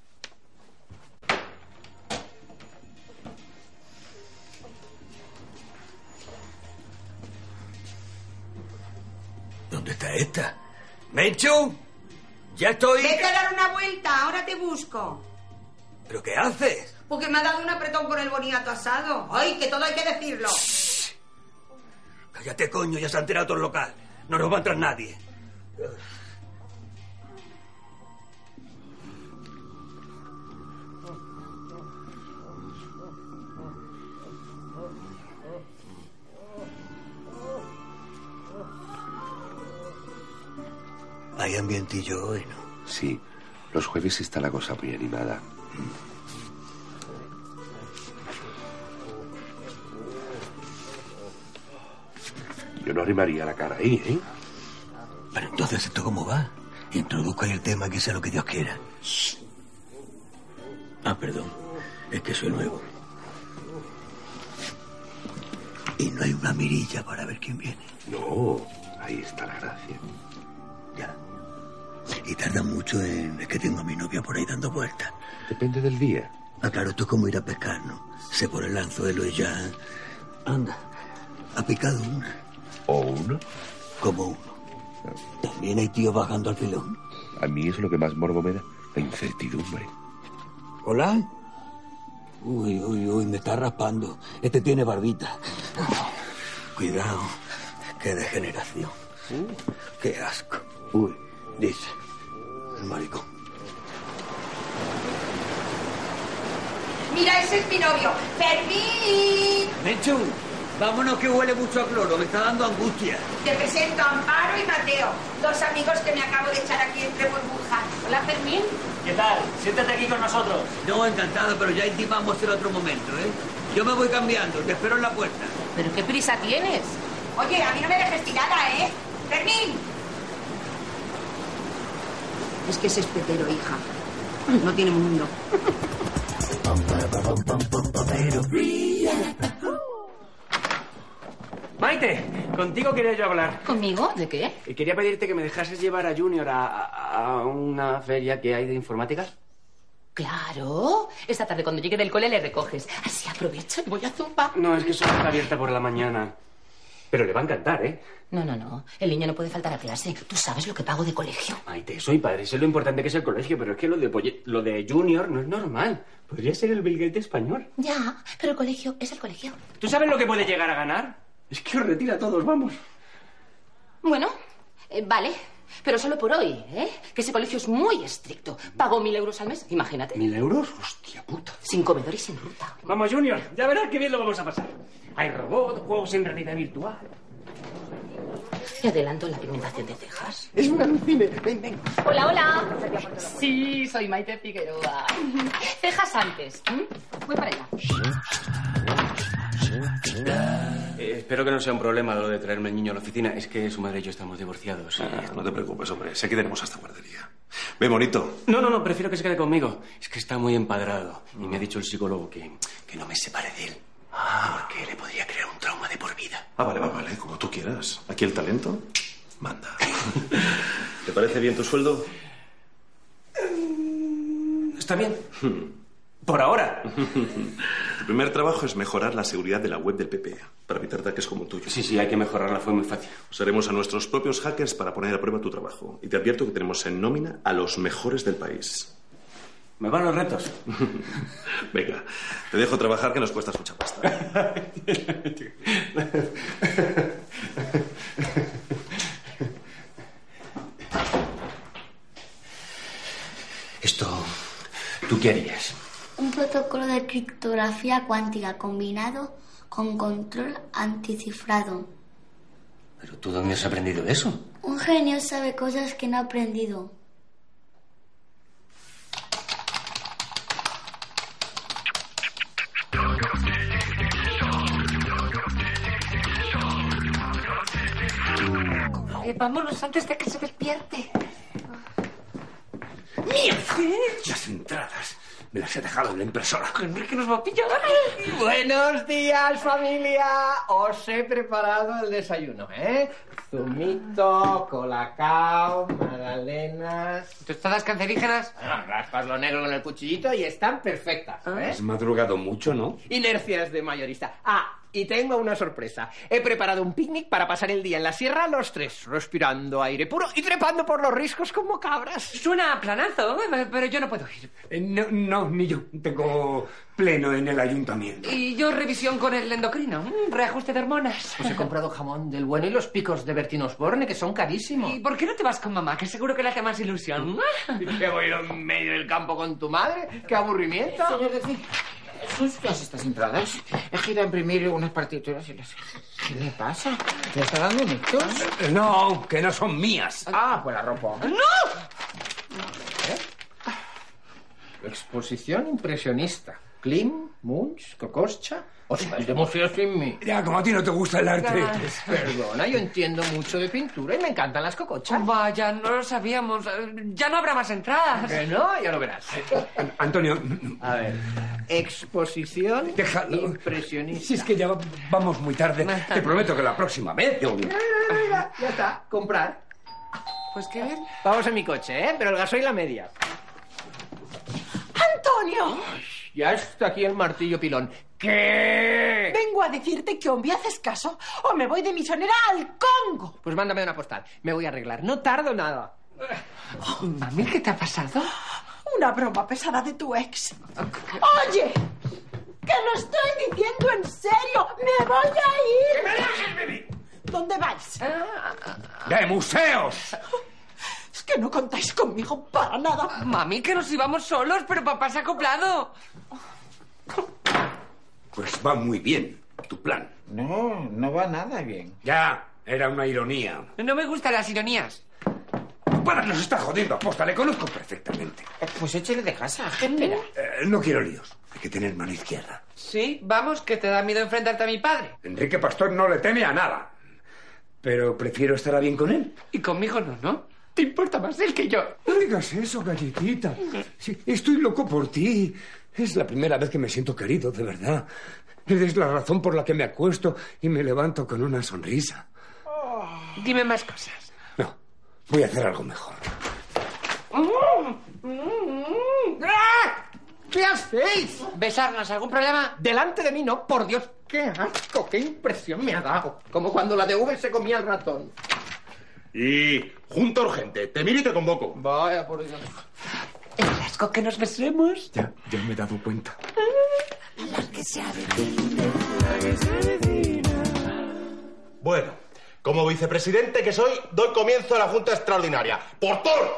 ¿Dónde está esta? ¡Menchu! ¡Ya estoy! Vete a dar una vuelta, ahora te busco. ¿Pero qué haces? Porque me ha dado un apretón con el boniato asado. ¡Ay, que todo hay que decirlo! Cállate, coño, ya se ha enterado todo el local. No nos va a entrar nadie. Hay ambientillo hoy, ¿no? Sí, los jueves está la cosa muy animada. Yo no arrimaría la cara ahí, ¿eh? Pero entonces, ¿esto cómo va? Introduzco ahí el tema, que sea lo que Dios quiera. Shh. Ah, perdón. Es que soy nuevo. Y no hay una mirilla para ver quién viene. No, ahí está la gracia. Ya. Y tarda mucho en... Es que tengo a mi novia por ahí dando vueltas. Depende del día. Ah, claro, esto es como ir a pescar, ¿no? Se pone el anzuelo y ya... Anda, ha picado una. ¿O uno? Como uno. También hay tíos bajando al filón. A mí es lo que más morbo me da, la incertidumbre. ¿Hola? Uy, me está raspando. Este tiene barbita. Cuidado, qué degeneración. Qué asco. Uy, dice el maricón. Mira, ese es mi novio. ¡Fermín! Menchu, vámonos que huele mucho a cloro, me está dando angustia. Te presento a Amparo y Mateo, dos amigos que me acabo de echar aquí entre burbujas. Hola, Fermín. ¿Qué tal? Siéntate aquí con nosotros. No, encantado, pero ya intimamos en otro momento, ¿eh? Yo me voy cambiando, te espero en la puerta. ¿Pero qué prisa tienes? Oye, a mí no me dejes tirada, ¿eh? ¡Fermín! Es que ese es petero, hija. No tiene mundo. Maite, contigo quería yo hablar. ¿Conmigo? ¿De qué? Y quería pedirte que me dejases llevar a Junior a una feria que hay de informática. Claro. Esta tarde cuando llegue del cole le recoges. Así aprovecho y voy a zumba. No, es que solo está abierta por la mañana. Pero le va a encantar, ¿eh? No. El niño no puede faltar a clase. Tú sabes lo que pago de colegio. Maite, soy padre, sé lo importante que es el colegio, pero es que lo de Junior no es normal. Podría ser el Bill Gates español. Ya, pero el colegio es el colegio. ¿Tú sabes lo que puede llegar a ganar? Es que os retira a todos, vamos. Bueno, vale. Pero solo por hoy, ¿eh? Que ese colegio es muy estricto. Pago 1.000 euros al mes, imagínate. ¿1.000 euros? Hostia puta. Sin comedor y sin ruta. Vamos, Junior, ya verás qué bien lo vamos a pasar. Hay robots, juegos en realidad virtual. Te adelanto en la pigmentación de cejas. Es un alucine. Ven. Hola. Sí, soy Maite Figueroa. Cejas antes. Voy para allá. Espero que no sea un problema lo de traerme el niño a la oficina. Es que su madre y yo estamos divorciados. No te preocupes, hombre. Sé que tenemos hasta guardería. Ve, bonito. No, prefiero que se quede conmigo. Es que está muy empadrado. Y me ha dicho el psicólogo que no me separe de él. Porque le podría crear un trauma de por vida. Vale, como tú quieras. Aquí el talento manda. ¿Te parece bien tu sueldo? Está bien. Por ahora. Tu primer trabajo es mejorar la seguridad de la web del PP para evitar ataques como el tuyo. Sí, hay que mejorarla, fue muy fácil. Usaremos a nuestros propios hackers para poner a prueba tu trabajo. Y te advierto que tenemos en nómina a los mejores del país. ¿Me van los retos? Venga, te dejo trabajar, que nos cuestas mucha pasta. Esto, ¿tú qué harías? Un protocolo de criptografía cuántica combinado con control anticifrado. ¿Pero tú dónde has aprendido eso? Un genio sabe cosas que no ha aprendido. Vámonos antes de que se despierte. ¡Mierda! Las entradas. Me las he dejado en la impresora. Que nos va a pillar. Buenos días, familia. Os he preparado el desayuno, ¿eh? Zumito, colacao, magdalenas... ¿Tostadas cancerígenas? Bueno, raspas lo negro con el cuchillito y están perfectas, ¿eh? Has madrugado mucho, ¿no? Inercias de mayorista. Y tengo una sorpresa. He preparado un picnic para pasar el día en la sierra los tres, respirando aire puro y trepando por los riscos como cabras. Suena a planazo, pero yo no puedo ir. No, ni yo. Tengo pleno en el ayuntamiento. Y yo revisión con el endocrino. Reajuste de hormonas. Pues he comprado jamón del bueno y los picos de Bertín Osborne, que son carísimos. ¿Y por qué no te vas con mamá? Que seguro que le hace más ilusión. ¿Y qué voy a ir en medio del campo con tu madre? ¡Qué aburrimiento! Todas estas entradas. He ido a imprimir unas partituras y las... ¿Qué le pasa? ¿Le está dando un ictus? No, que no son mías. Ah, pues la ropa. ¡No! Exposición impresionista. Klim, Munch, Kokoschka. Os vais de museo sin mí. Ya, como a ti no te gusta el arte. Perdona, yo entiendo mucho de pintura y me encantan las cocochas. Vaya, no lo sabíamos. Ya no habrá más entradas. Que no, ya lo verás. Antonio. A ver. Exposición Déjalo. impresionista. Si es que ya vamos muy tarde. Te prometo que la próxima vez yo... Ya está, comprar. Pues qué bien. Vamos en mi coche, ¿eh? Pero el gasoil la media. ¡Antonio! Ya está aquí el martillo pilón. ¿Qué? Vengo a decirte que o me haces caso o me voy de misionera al Congo. Pues mándame una postal. Me voy a arreglar. No tardo nada. Mami, ¿qué te ha pasado? Una broma pesada de tu ex. ¡Oye! ¡Que lo estoy diciendo en serio! ¡Me voy a ir! ¿Dónde vais? ¡De museos! Es que no contáis conmigo para nada. Mami, que nos íbamos solos, pero papá se ha acoplado. Pues va muy bien tu plan. No, no va nada bien. Ya, era una ironía. No me gustan las ironías. Tu padre nos está jodiendo aposta, le conozco perfectamente. Pues échale de casa. ¿Qué espera? No quiero líos. Hay que tener mano izquierda. Sí, vamos, que te da miedo enfrentarte a mi padre. Enrique Pastor no le teme a nada. Pero prefiero estar a bien con él. Y conmigo no, ¿no? Te importa más él que yo. No digas eso, galletita. Sí, estoy loco por ti. Es la primera vez que me siento querido, de verdad. Eres la razón por la que me acuesto y me levanto con una sonrisa. Dime más cosas. No, voy a hacer algo mejor. ¿Qué hacéis? ¿Besarnos? ¿Algún problema? Delante de mí no, por Dios. ¡Qué asco! ¡Qué impresión me ha dado! Como cuando la de V se comía el ratón. Y junta urgente. Te miro y te convoco. Vaya, por Dios. El asco que nos besemos. Ya me he dado cuenta. La que se Bueno, como vicepresidente que soy, doy comienzo a la Junta Extraordinaria. ¡Portón!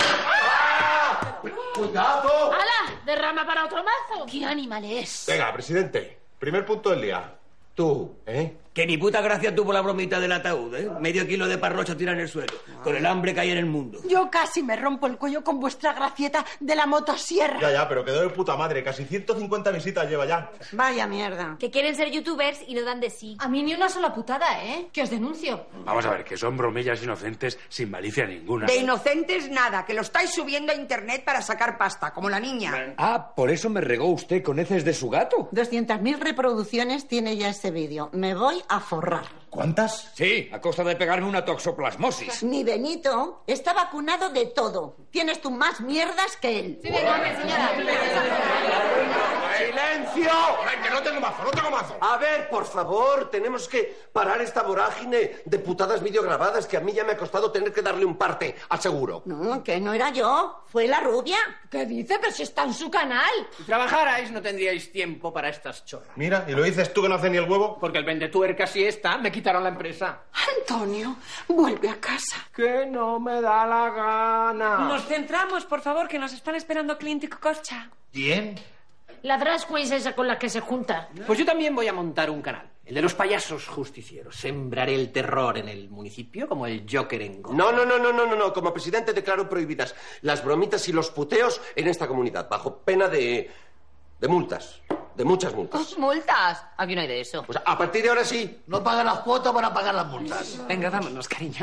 ¡Cuidado! ¡Hala! ¡Derrama para otro mazo! ¿Qué animal es? Venga, presidente. Primer punto del día. Tú, ¿eh? Que ni puta gracia tuvo la bromita del ataúd, ¿eh? Medio kilo de parrocha tira en el suelo, con el hambre que hay en el mundo. Yo casi me rompo el cuello con vuestra gracieta de la motosierra. Ya, pero quedó de puta madre. Casi 150 visitas lleva ya. Vaya mierda. Que quieren ser youtubers y no dan de sí. A mí ni una sola putada, ¿eh? Que os denuncio. Vamos a ver, que son bromillas inocentes sin malicia ninguna. De inocentes nada, que lo estáis subiendo a internet para sacar pasta, como la niña. Ah, por eso me regó usted con heces de su gato. 200.000 reproducciones tiene ya ese vídeo. Me voy a forrar. ¿Cuántas? Sí, a costa de pegarme una toxoplasmosis. Mi Benito está vacunado de todo. Tienes tú más mierdas que él. Sí, venga, señora. ¡Silencio! ¡Que no tengo mazo! A ver, por favor, tenemos que parar esta vorágine de putadas videograbadas que a mí ya me ha costado tener que darle un parte, aseguro. No, que no era yo. Fue la rubia. ¿Qué dice? Pero si está en su canal. Si trabajarais, no tendríais tiempo para estas chorras. Mira, ¿y lo dices tú que no hace ni el huevo? Porque el vendetuercas y esta me quitaron la empresa. Antonio, vuelve a casa. Que no me da la gana. Nos centramos, por favor, que nos están esperando Clint y Kokoschka. ¿Quién? La drag queen es esa con la que se junta. Pues yo también voy a montar un canal. El de los payasos justicieros. Sembraré el terror en el municipio como el Joker en Go. No. Como presidente declaro prohibidas las bromitas y los puteos en esta comunidad, bajo pena de multas. De muchas multas. ¿Multas? Aquí no hay de eso. Pues a partir de ahora sí. No pagan las cuotas para pagar las multas. Venga, vámonos, cariño.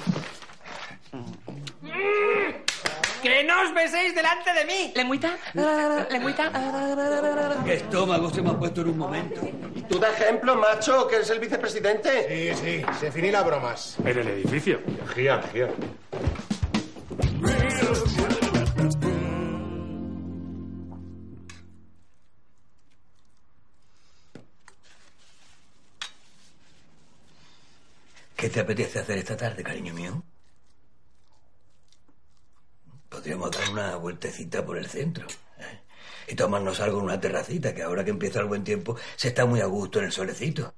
¡Que no os beséis delante de mí! ¿Lengüita? ¿Lengüita? ¿Qué estómago se me ha puesto en un momento? ¿Y tú da ejemplo, macho, que eres el vicepresidente? Sí, se finí las bromas. En el edificio. Gía. ¿Qué te apetece hacer esta tarde, cariño mío? Podríamos dar una vueltecita por el centro, ¿eh? Y tomarnos algo en una terracita, que ahora que empieza el buen tiempo se está muy a gusto en el solecito.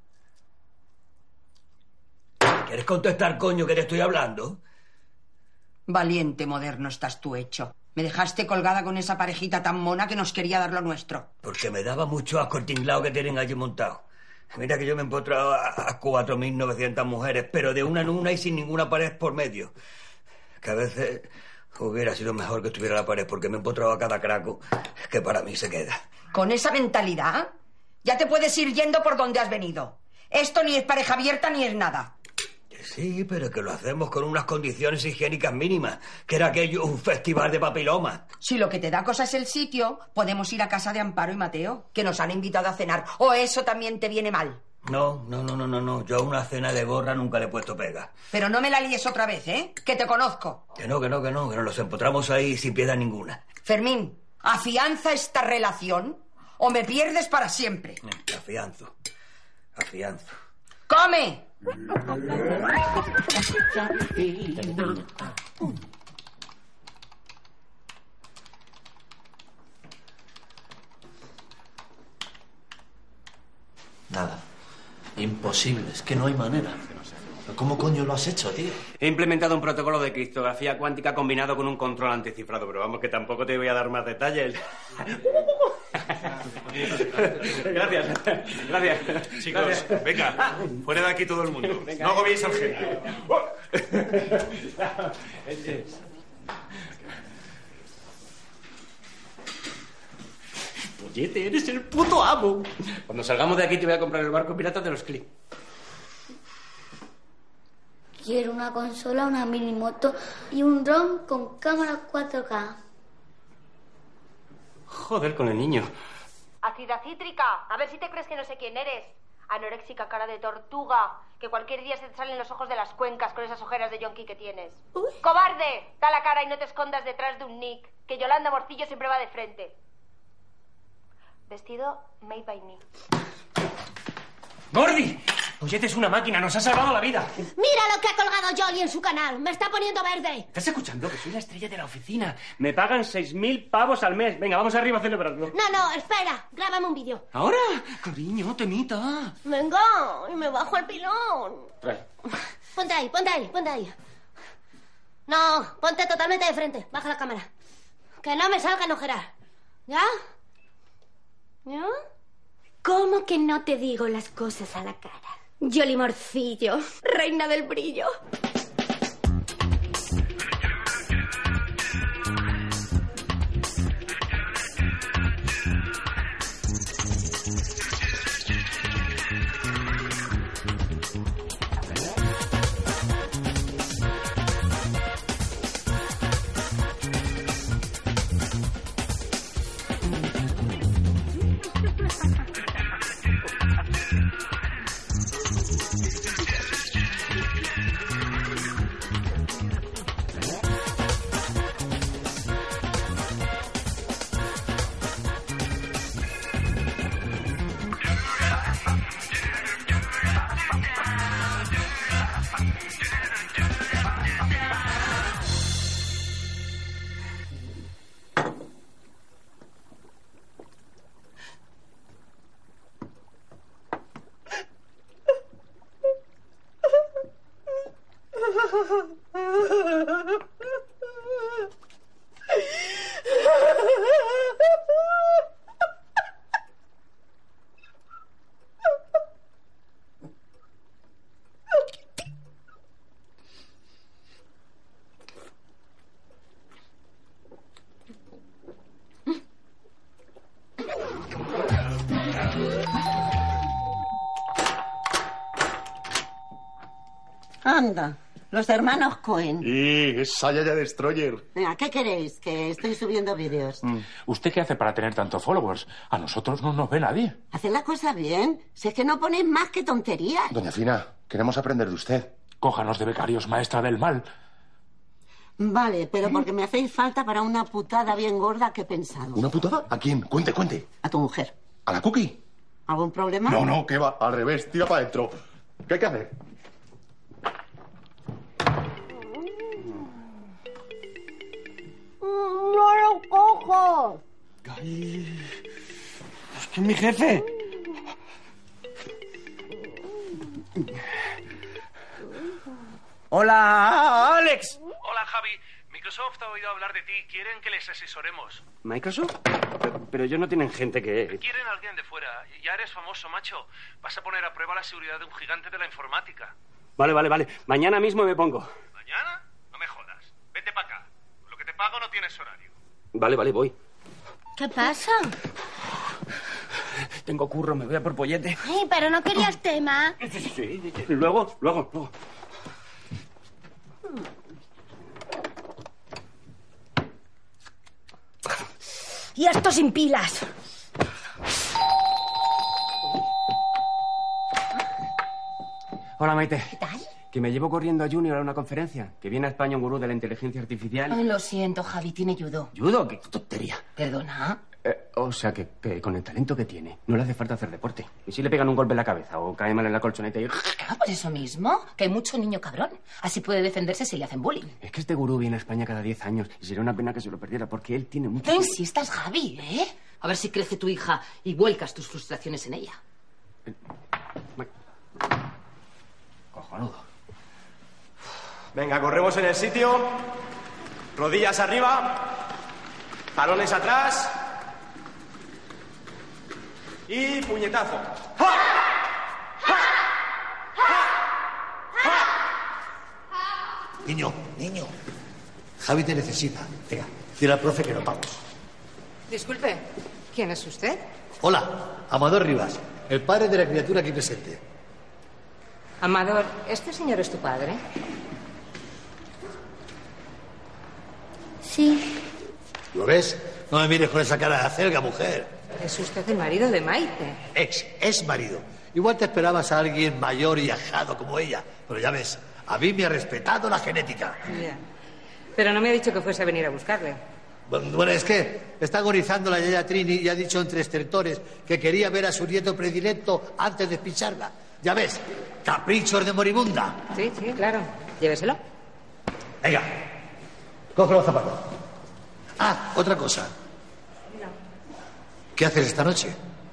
¿Quieres contestar, coño, que te estoy hablando? Valiente moderno estás tú hecho. Me dejaste colgada con esa parejita tan mona que nos quería dar lo nuestro. Porque me daba mucho asco el tinglao que tienen allí montado. Mira que yo me he encontrado a 4.900 mujeres, pero de una en una y sin ninguna pared por medio. Que a veces hubiera sido mejor que estuviera la pared, porque me he encontrado a cada craco que para mí se queda. Con esa mentalidad, ya te puedes ir yendo por donde has venido. Esto ni es pareja abierta ni es nada. Sí, pero que lo hacemos con unas condiciones higiénicas mínimas, que era aquello un festival de papilomas. Si lo que te da cosa es el sitio, podemos ir a casa de Amparo y Mateo, que nos han invitado a cenar. ¿O eso también te viene mal? No. Yo a una cena de gorra nunca le he puesto pega. Pero no me la líes otra vez, ¿eh? Que te conozco. Que no, que nos los empotramos ahí sin piedad ninguna. Fermín, afianza esta relación o me pierdes para siempre. Afianzo. ¡Come! Nada. Imposible, es que no hay manera. ¿Cómo coño lo has hecho, tío? He implementado un protocolo de criptografía cuántica combinado con un control anticifrado, pero vamos, que tampoco te voy a dar más detalles. Gracias. Chicos, venga, fuera de aquí todo el mundo. Venga, no agobiéis al genio. Pollete, eres el puto amo. Cuando salgamos de aquí te voy a comprar el barco pirata de los Click. Quiero una consola, una minimoto y un dron con cámara 4K. Joder con el niño. Ácida cítrica, a ver si te crees que no sé quién eres. Anoréxica, cara de tortuga, que cualquier día se te salen los ojos de las cuencas con esas ojeras de yonki que tienes. Uy. ¡Cobarde! Da la cara y no te escondas detrás de un nick, que Yolanda Morcillo siempre va de frente. Vestido made by me. ¡Gordi! Pollete es una máquina, nos ha salvado la vida. Mira lo que ha colgado Jolly en su canal. Me está poniendo verde. ¿Estás escuchando? Que soy la estrella de la oficina. Me pagan 6.000 pavos al mes. Venga, vamos arriba a celebrarlo. No, espera. Grábame un vídeo. ¿Ahora? Cariño, temita. Venga, y me bajo el pilón. Trae. Ponte ahí. No, ponte totalmente de frente. Baja la cámara. Que no me salgan ojeras. ¿Ya? ¿Cómo que no te digo las cosas a la cara? Jolly Morcillo, reina del brillo. Anda, los hermanos Cohen. Y esa Yaya Destroyer. Venga, ¿qué queréis? Que estoy subiendo vídeos. ¿Usted qué hace para tener tantos followers? A nosotros no nos ve nadie. Haced la cosa bien. Si es que no ponéis más que tonterías. Doña Fina, queremos aprender de usted. Cójanos de becarios, maestra del mal. Vale, pero porque me hacéis falta para una putada bien gorda que he pensado. ¿Una putada? ¿A quién? Cuente. A tu mujer. ¿A la Cookie? ¿Algún problema? No, ¿qué va? Al revés, tira para adentro. ¿Qué hay que hacer? ¡No lo cojo! Ay, es que es mi jefe. Hola, Alex. Hola, Javi. Microsoft ha oído hablar de ti. Quieren que les asesoremos. ¿Microsoft? Pero ellos no tienen gente que... Quieren a alguien de fuera. Ya eres famoso, macho. Vas a poner a prueba la seguridad de un gigante de la informática. Vale. Mañana mismo me pongo. ¿Mañana? No me jodas. Vete para acá. Con lo que te pago no tienes horario. Vale, voy. ¿Qué pasa? Tengo curro, me voy a por pollete. Ay, pero no querías tema. Sí. Luego. Y esto sin pilas. Hola, Maite. ¿Qué tal? Que me llevo corriendo a Junior a una conferencia. Que viene a España un gurú de la inteligencia artificial. Ay, lo siento, Javi, tiene judo. ¿Judo? ¡Qué tontería! Perdona. O sea, que con el talento que tiene, no le hace falta hacer deporte. ¿Y si le pegan un golpe en la cabeza o cae mal en la colchoneta y... Ah, pues eso mismo, que hay mucho niño cabrón. Así puede defenderse si le hacen bullying. Es que este gurú viene a España cada 10 años y sería una pena que se lo perdiera porque él tiene mucho... No insistas, Javi, ¿eh? A ver si crece tu hija y vuelcas tus frustraciones en ella. Cojonudo. Venga, corremos en el sitio. Rodillas arriba. Talones atrás. Y puñetazo. ¡Ja! Niño. Javi te necesita. Venga, dile al profe que nos vamos. Disculpe, ¿quién es usted? Hola, Amador Rivas, el padre de la criatura aquí presente. Amador, ¿este señor es tu padre? Sí. ¿Lo ves? No me mires con esa cara de acelga, mujer. Es usted el marido de Maite. Ex marido. Igual te esperabas a alguien mayor y ajado como ella. Pero ya ves, a mí me ha respetado la genética. Ya. Pero no me ha dicho que fuese a venir a buscarle. Bueno, es que está agonizando la yaya Trini y ha dicho entre estertores que quería ver a su nieto predilecto antes de pincharla. Ya ves, caprichos de moribunda. Sí, claro. Lléveselo. Venga, coge los zapatos. Ah, otra cosa. ¿Qué haces esta noche?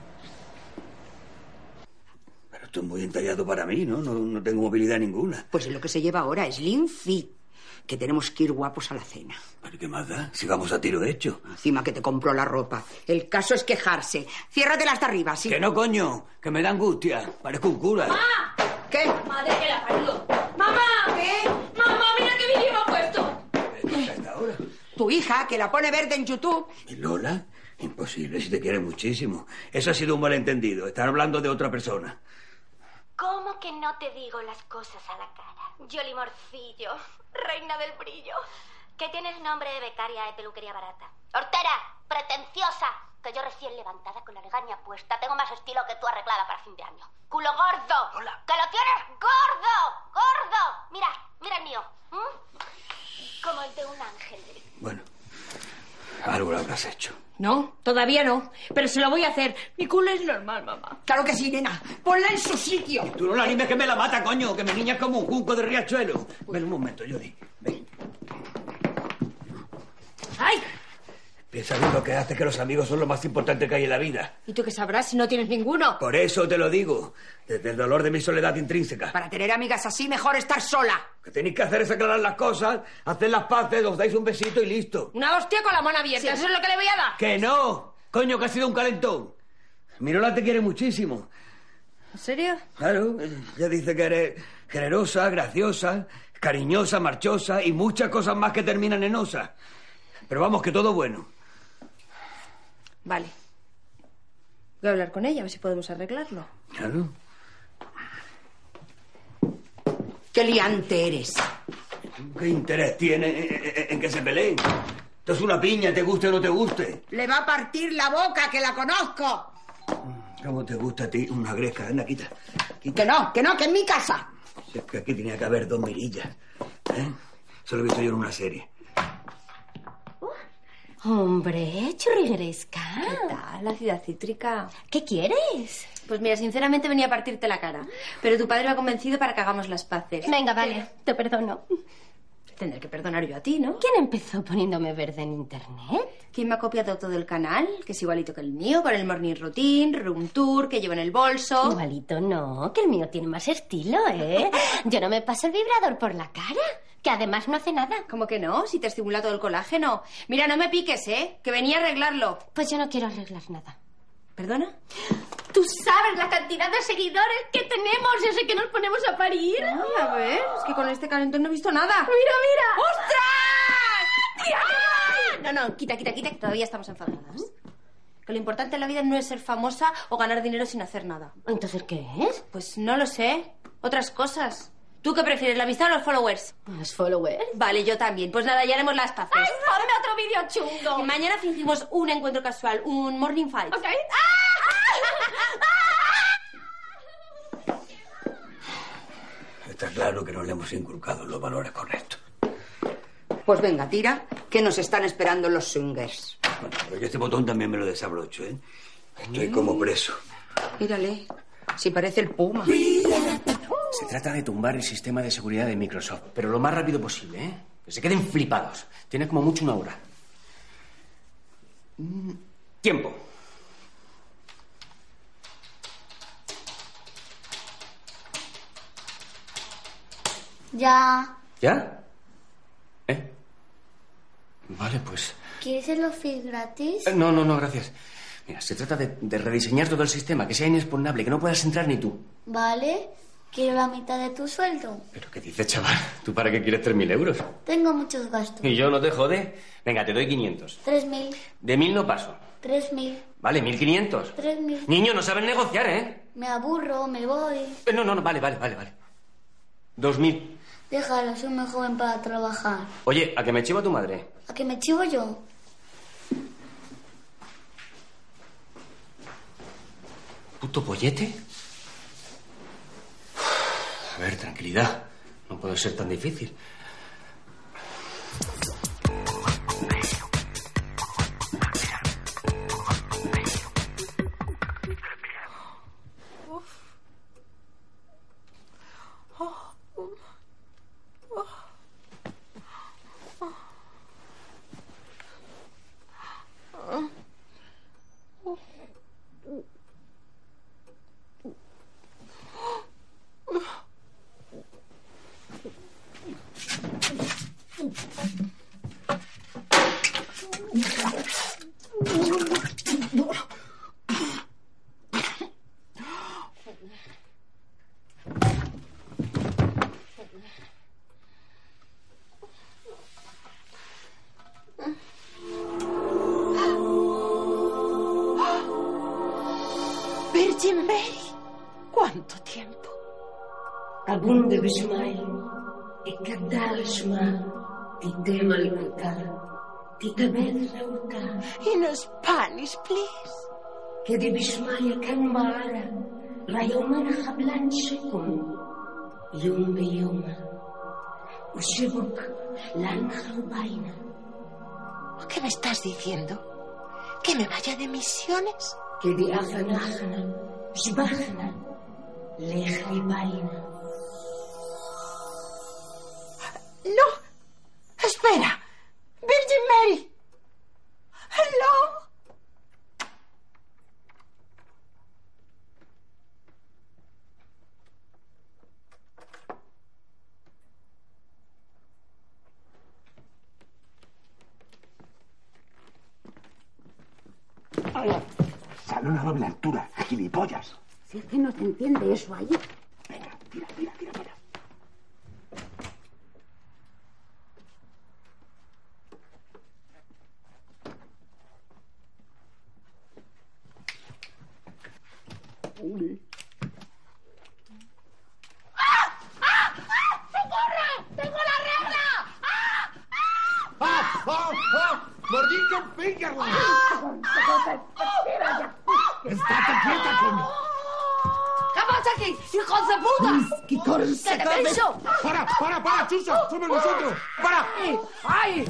Pero esto es muy entallado para mí, ¿no? No tengo movilidad ninguna. Pues es lo que se lleva ahora, Slim Fit. Que tenemos que ir guapos a la cena. ¿Pero qué más da? Si vamos a tiro hecho. Encima que te compró la ropa. El caso es quejarse. Ciérratela hasta arriba, ¿sí? Que no, coño. Que me da angustia. Parezco un cura. ¡Mamá! ¿Qué? ¡Madre que la parió! ¡Mamá! ¿Qué? ¡Mamá, mira qué vídeo me ha puesto! ¿Qué hasta ahora? Tu hija, que la pone verde en YouTube. ¿Y Lola? Imposible, si te quiere muchísimo. Eso ha sido un malentendido. Están hablando de otra persona. ¿Cómo que no te digo las cosas a la cara? Jolly Morcillo, reina del brillo. Que tienes nombre de becaria de peluquería barata. Hortera, pretenciosa, que yo recién levantada con la legaña puesta tengo más estilo que tú arreglada para fin de año. Culo gordo. Hola. Que lo tienes gordo. Mira el mío. Como el de un ángel. Bueno, algo lo habrás hecho. No, todavía no. Pero se lo voy a hacer. Mi culo es normal, mamá. Claro que sí, nena. Ponla en su sitio. Tú no la animes que me la mata, coño. Que mi niña es como un junco de riachuelo. Ven un momento, Jody. Ven. ¡Ay! Piensa bien lo que hace, que los amigos son lo más importante que hay en la vida. ¿Y tú qué sabrás si no tienes ninguno? Por eso te lo digo. Desde el dolor de mi soledad intrínseca. Para tener amigas así, mejor estar sola. Lo que tenéis que hacer es aclarar las cosas, hacer las paces, os dais un besito y listo. Una hostia con la mano abierta. Sí. Eso es lo que le voy a dar. ¡Que no! Coño, que ha sido un calentón. Mirola te quiere muchísimo. ¿En serio? Claro, ella dice que eres generosa, graciosa, cariñosa, marchosa y muchas cosas más que terminan en osa. Pero vamos, que todo bueno. Vale. Voy a hablar con ella, a ver si podemos arreglarlo. Claro. ¡Qué liante eres! ¿Qué interés tiene en que se peleen? Esto es una piña, te guste o no te guste. Le va a partir la boca, que la conozco. ¿Cómo te gusta a ti una gresca? Anda, quita. Que no, que es mi casa. Si es que aquí tenía que haber 2 mirillas. Eso lo he visto yo en una serie. Hombre, churrigueresca. ¿Qué tal, la ciudad cítrica? ¿Qué quieres? Pues mira, sinceramente venía a partirte la cara. Pero tu padre me ha convencido para que hagamos las paces. Venga, vale, te perdono. Tendré que perdonar yo a ti, ¿no? ¿Quién empezó poniéndome verde en internet? ¿Quién me ha copiado todo el canal? Que es igualito que el mío, con el morning routine, room tour, que llevo en el bolso. Igualito no, que el mío tiene más estilo, ¿eh? Yo no me paso el vibrador por la cara. Que además no hace nada. ¿Cómo que no? Si te estimula todo el colágeno. Mira, no me piques, ¿eh? Que venía a arreglarlo. Pues yo no quiero arreglar nada. ¿Perdona? Tú sabes la cantidad de seguidores que tenemos desde que nos ponemos a parir. Ay, a ver, es que con este calentón no he visto nada. Mira. ¡Ostras! ¡Tía! No, quita, que todavía estamos enfadadas. Que lo importante en la vida no es ser famosa o ganar dinero sin hacer nada. ¿Entonces qué es? Pues no lo sé. Otras cosas. ¿Tú qué prefieres, la amistad o los followers? ¿Los followers? Vale, yo también. Pues nada, ya haremos las paces. ¡Ay, ponme otro vídeo chungo! Y mañana fingimos un encuentro casual, un morning fight. Ok. Está claro que no le hemos inculcado los valores correctos. Pues venga, tira, que nos están esperando los swingers. Bueno, pero yo este botón también me lo desabrocho, ¿eh? Estoy como preso. Mírale, si parece el puma. Se trata de tumbar el sistema de seguridad de Microsoft, pero lo más rápido posible, ¿eh? Que se queden flipados. Tiene como mucho 1 hora. Tiempo. Ya. ¿Ya? Vale, pues... ¿Quieres el Office gratis? No, gracias. Mira, se trata de rediseñar todo el sistema, que sea inexpugnable, que no puedas entrar ni tú. Vale. Quiero la mitad de tu sueldo. ¿Pero qué dices, chaval? ¿Tú para qué quieres 3.000 euros? Tengo muchos gastos. ¿Y yo no te jode? Venga, te doy 500. 3.000. De 1.000 no paso. 3.000. Vale, 1.500. 3.000. Niño, no sabes negociar, ¿eh? Me aburro, me voy. No, vale. 2.000. Déjalo, soy muy joven para trabajar. Oye, ¿a que me chiva tu madre? ¿A que me chivo yo? ¿Puto pollete? A ver, tranquilidad. No puede ser tan difícil. Virgin Mary, ¿cuánto tiempo? Abunde Bishmael, Ekadal Shma, Titema Likuta, Titabed Lauta. In Spanish, please. Kedi Bishmaya Kamara, Rayomana Hablan Shekum, Yum Beyoma, Ushibuk, Lan Harubaina. ¿Qué me estás diciendo? ¿Que me vaya de misiones? Kedi Afanahana, Shbahana, Lejaibaina. No, espera. Virgin Mary. Hello. Salón a doble altura, gilipollas. Si es que no se entiende eso ahí. Venga, tira. ¡Socorro! ¡Tengo la regla! ¡Mordicon Fingerling! ¡Estate quieta, coño! ¿Qué pasa aquí, hijos de puta? ¡Que te pienso! ¡Para, Chusa! ¡Somos nosotros! ¡Para! ¡Ay!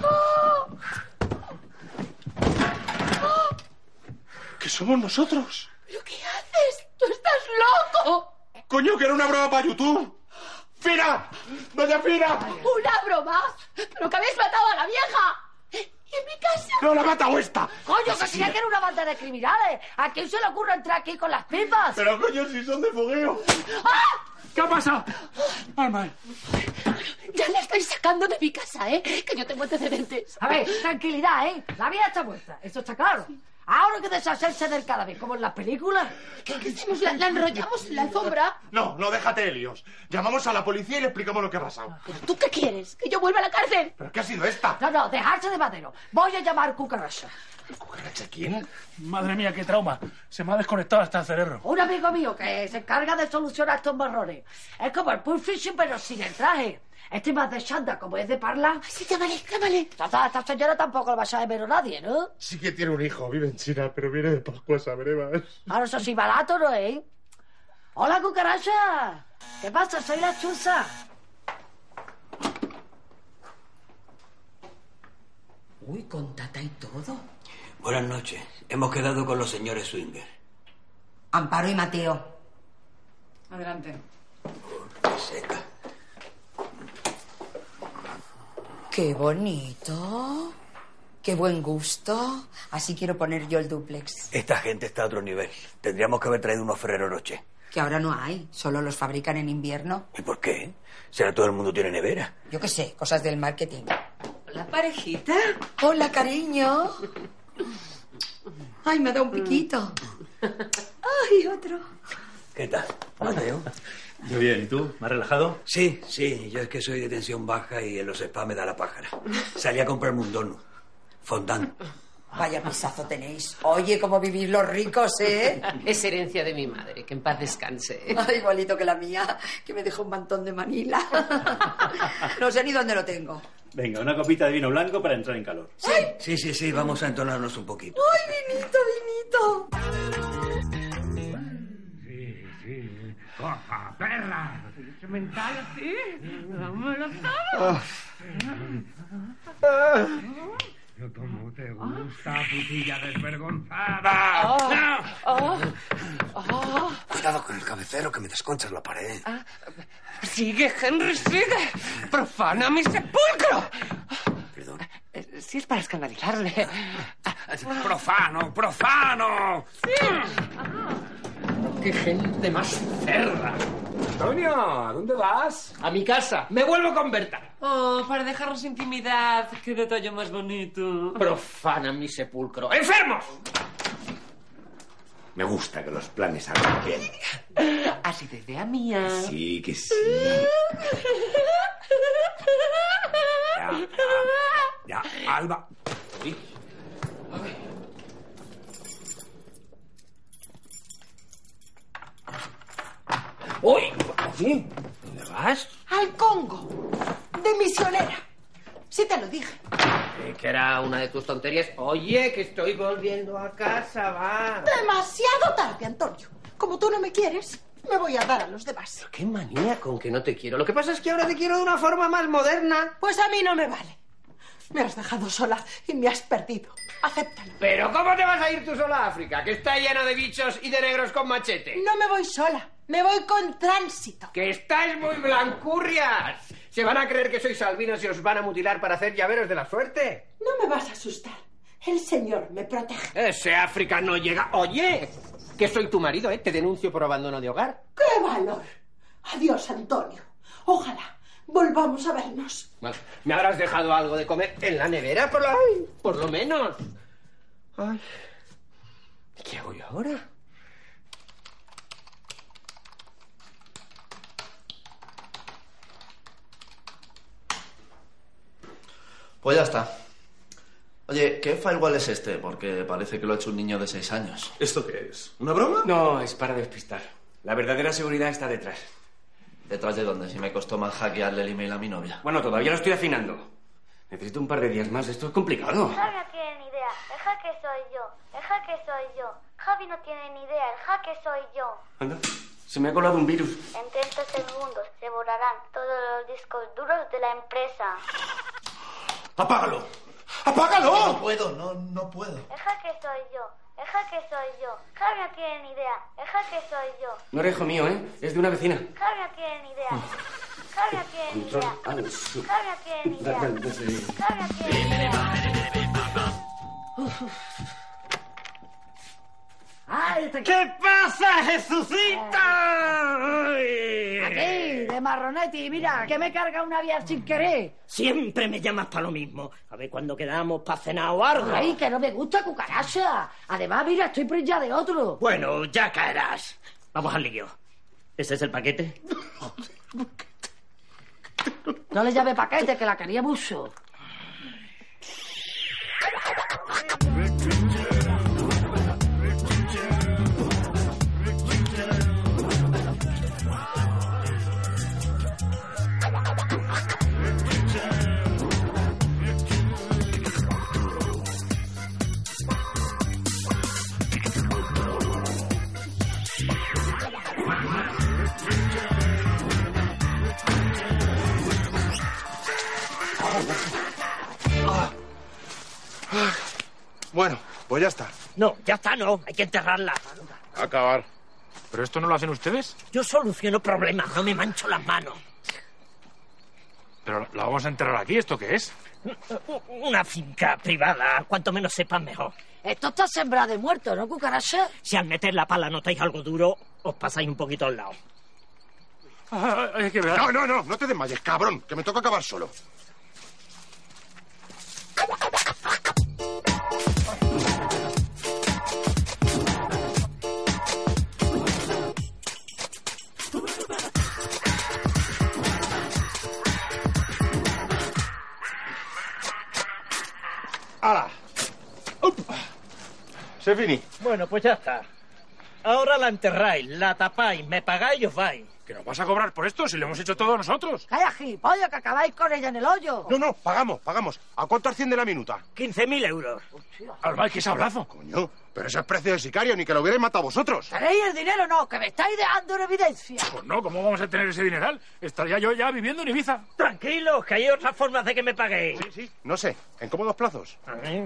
¿Que somos nosotros? ¿Pero qué haces? ¡Tú estás loco! ¡Coño, que era una broma para YouTube! ¡Fina! ¡Doña Fina! ¿Una broma? ¿Pero que habéis matado a la vieja? ¿En mi casa? ¡No, la ha matado esta! Coño, que Asesina. sí que era una banda de criminales. ¿A quién se le ocurre entrar aquí con las pipas? Pero coño, si son de fogueo. ¡Ah! ¿Qué ha pasado? Normal. Ya la estoy sacando de mi casa, ¿eh? Que yo tengo antecedentes. A ver, tranquilidad, ¿eh? La vida está muerta, eso está claro. Ahora hay que deshacerse del cadáver, como en las películas. ¿Qué hacemos? ¿La enrollamos en la alfombra? No, no, déjate de líos. Llamamos a la policía y le explicamos lo que ha pasado. ¿Tú qué quieres? ¿Que yo vuelva a la cárcel? ¿Pero qué ha sido esta? No, dejarse de madero. Voy a llamar cucaracha. ¿Cucaracha quién? Madre mía, qué trauma. Se me ha desconectado hasta el cerebro. Un amigo mío que se encarga de solucionar estos marrones. Es como el Pulp Fiction, pero sin el traje. Este más de Shanda, como es de Parla. Sí, llámale. Esta señora tampoco la va a saber ver a nadie, ¿no? Sí que tiene un hijo, vive en China, pero viene de Pascua, sabré más. Ahora eso sí barato, ¿no, eh? Hola, cucaracha. ¿Qué pasa? Soy la chuza. Uy, con tata y todo. Buenas noches. Hemos quedado con los señores Swinger. Amparo y Mateo. Adelante. Qué seca. ¡Qué bonito! ¡Qué buen gusto! Así quiero poner yo el dúplex. Esta gente está a otro nivel. Tendríamos que haber traído unos Ferrero Rocher. Que ahora no hay, solo los fabrican en invierno. ¿Y por qué? ¿Será todo el mundo tiene nevera? Yo qué sé, cosas del marketing. Hola, parejita. Hola, cariño. Ay, me da un piquito. Ay, otro. ¿Qué tal? Mateo. Muy bien, ¿y tú? ¿Más relajado? Sí, yo es que soy de tensión baja y en los spas me da la pájara. Salí a comprarme un donut. Fondant. Vaya pisazo tenéis. Oye, cómo vivís los ricos, ¿eh? Es herencia de mi madre, que en paz descanse. Ay, igualito que la mía, que me dejó un mantón de Manila. No sé ni dónde lo tengo. Venga, una copita de vino blanco para entrar en calor. Sí, vamos a entonarnos un poquito. ¡Ay, vinito! Sí. ¡Coja, perra! Mental así. Dámelo ¿Cómo te gusta, putilla desvergonzada? Cuidado con el cabecero, que me desconchas la pared. Sigue, Henry, sigue. Profana mi sepulcro. Perdón. Si es para escandalizarle. ¡Profano! ¡Qué gente más cerda! Antonio, ¿a dónde vas? A mi casa. Me vuelvo con Berta. Oh, para dejarnos intimidad. Qué detalle más bonito. Profanan mi sepulcro. ¡Enfermos! Me gusta que los planes salgan bien. Así de idea mía. Sí, que sí. Ya, Alba. Uy. ¡Uy! ¿Sí? ¿Dónde vas? Al Congo. De misionera. Sí te lo dije. Que era una de tus tonterías. Oye, que estoy volviendo a casa, va. Demasiado tarde, Antonio. Como tú no me quieres, me voy a dar a los demás. Qué manía con que no te quiero. Lo que pasa es que ahora te quiero de una forma más moderna. Pues a mí no me vale. Me has dejado sola y me has perdido. Acéptalo. Pero ¿cómo te vas a ir tú sola a África? Que está lleno de bichos y de negros con machete. No me voy sola. Me voy con tránsito. ¡Que estáis muy blancurrias! Se van a creer que sois albinos y os van a mutilar para hacer llaveros de la suerte. No me vas a asustar. El Señor me protege. Ese África no llega... Oye, que soy tu marido, ¿eh? Te denuncio por abandono de hogar. ¡Qué valor! Adiós, Antonio. Ojalá volvamos a vernos. Bueno, ¿me habrás dejado algo de comer en la nevera? Por lo menos. Ay, ¿qué hago yo ahora? Pues ya está. Oye, ¿qué firewall es este? Porque parece que lo ha hecho un niño de 6 años. ¿Esto qué es? ¿Una broma? No, es para despistar. La verdadera seguridad está detrás. ¿Detrás de dónde? Si me costó más hackearle el email a mi novia. Bueno, todavía lo estoy afinando. Necesito un par de días más. Esto es complicado. Javi no tiene ni idea. El jaque soy yo. El jaque soy yo. Javi no tiene ni idea. El jaque soy yo. Anda, se me ha colado un virus. En 30 segundos se borrarán todos los discos duros de la empresa. ¡Apágalo! ¡Apágalo! No puedo, no puedo. El jaque soy yo. El jaque soy yo. Javi no tiene ni idea. El jaque soy yo. No era hijo mío, ¿eh? Es de una vecina. Javi no tiene ni idea. Javi no tiene ni idea. Javi no tiene ni idea. Javi no tiene ni idea. ¿Qué pasa, Jesucita? Aquí, de marronetti, mira, que me carga una vía sin querer. Siempre me llamas para lo mismo. A ver cuándo quedamos para cenar o algo. Ay, que no me gusta cucaracha. Además, mira, estoy prilla de otro. Bueno, ya caerás. Vamos al lío. ¿Ese es el paquete? No le llame paquete, que la quería mucho. Bueno, pues ya está. No, ya está, no. Hay que enterrarla. Acabar. ¿Pero esto no lo hacen ustedes? Yo soluciono problemas, no me mancho las manos. ¿Pero la vamos a enterrar aquí? ¿Esto qué es? Una finca privada. Cuanto menos sepan, mejor. Esto está sembrado de muertos, ¿no, cucaracha? Si al meter la pala notáis algo duro, os pasáis un poquito al lado. No te desmayes, cabrón, que me toca acabar solo. ¡Hala! Se finí. Bueno, pues ya está. Ahora la enterráis, la tapáis, me pagáis y os vais. ¿Que nos vas a cobrar por esto si lo hemos hecho todos nosotros? ¡Calla, gilipollas, que acabáis con ella en el hoyo! No, pagamos. ¿A cuánto asciende la minuta? 15.000 euros. Alba, ¿qué sablazo? Coño, pero eso es precio de sicario, ni que lo hubierais matado vosotros. ¿Tenéis el dinero o no? Que me estáis dejando en evidencia. Pues no, ¿cómo vamos a tener ese dineral? Estaría yo ya viviendo en Ibiza. Tranquilos, que hay otras formas de que me paguéis. Sí. No sé, ¿en cómodos plazos?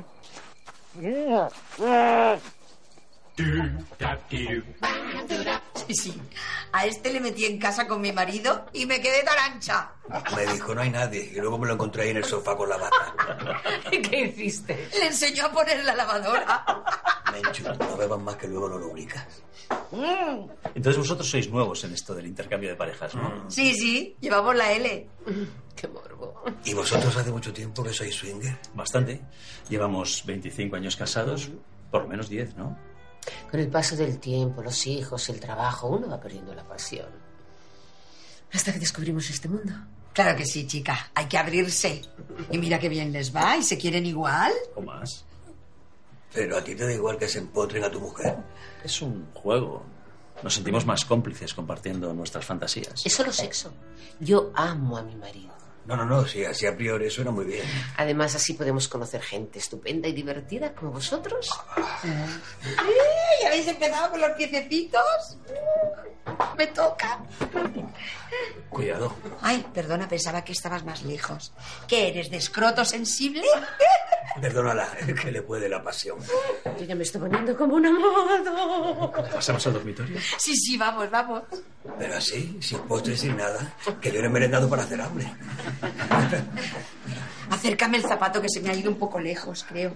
Sí. A este le metí en casa con mi marido y me quedé tan ancha. Me dijo, no hay nadie. Y luego me lo encontré ahí en el sofá con la bata. ¿Qué hiciste? Le enseñó a poner la lavadora. Menchu, no bebas más que luego no lo ubicas. Entonces vosotros sois nuevos en esto del intercambio de parejas, ¿no? Sí, llevamos la L. Qué morbo. ¿Y vosotros hace mucho tiempo que sois swinger? Bastante. Llevamos 25 años casados, por lo menos 10, ¿no? Con el paso del tiempo, los hijos, el trabajo, uno va perdiendo la pasión. Hasta que descubrimos este mundo. Claro que sí, chica. Hay que abrirse. Y mira qué bien les va y se quieren igual. ¿O más? Pero a ti te da igual que se empotren a tu mujer. Es un juego. Nos sentimos más cómplices compartiendo nuestras fantasías. Es solo sexo. Yo amo a mi marido. No, sí, así a priori suena muy bien. Además, así podemos conocer gente estupenda y divertida como vosotros. ¿Ya habéis empezado con los piececitos? Me toca. Cuidado. Ay, perdona, pensaba que estabas más lejos. ¿Qué eres, de escroto sensible? Perdónala, es que le puede la pasión. Yo ya me estoy poniendo como una moda. ¿Pasamos al dormitorio? Sí, vamos. Pero así, sin postre, sin nada, que yo no he merendado para hacer hambre. Acércame el zapato que se me ha ido un poco lejos, creo.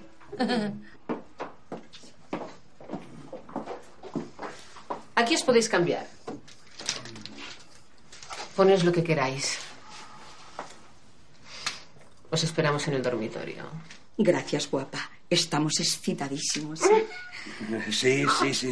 Aquí os podéis cambiar. Ponéis lo que queráis. Os esperamos en el dormitorio. Gracias, guapa. Estamos excitadísimos. Sí.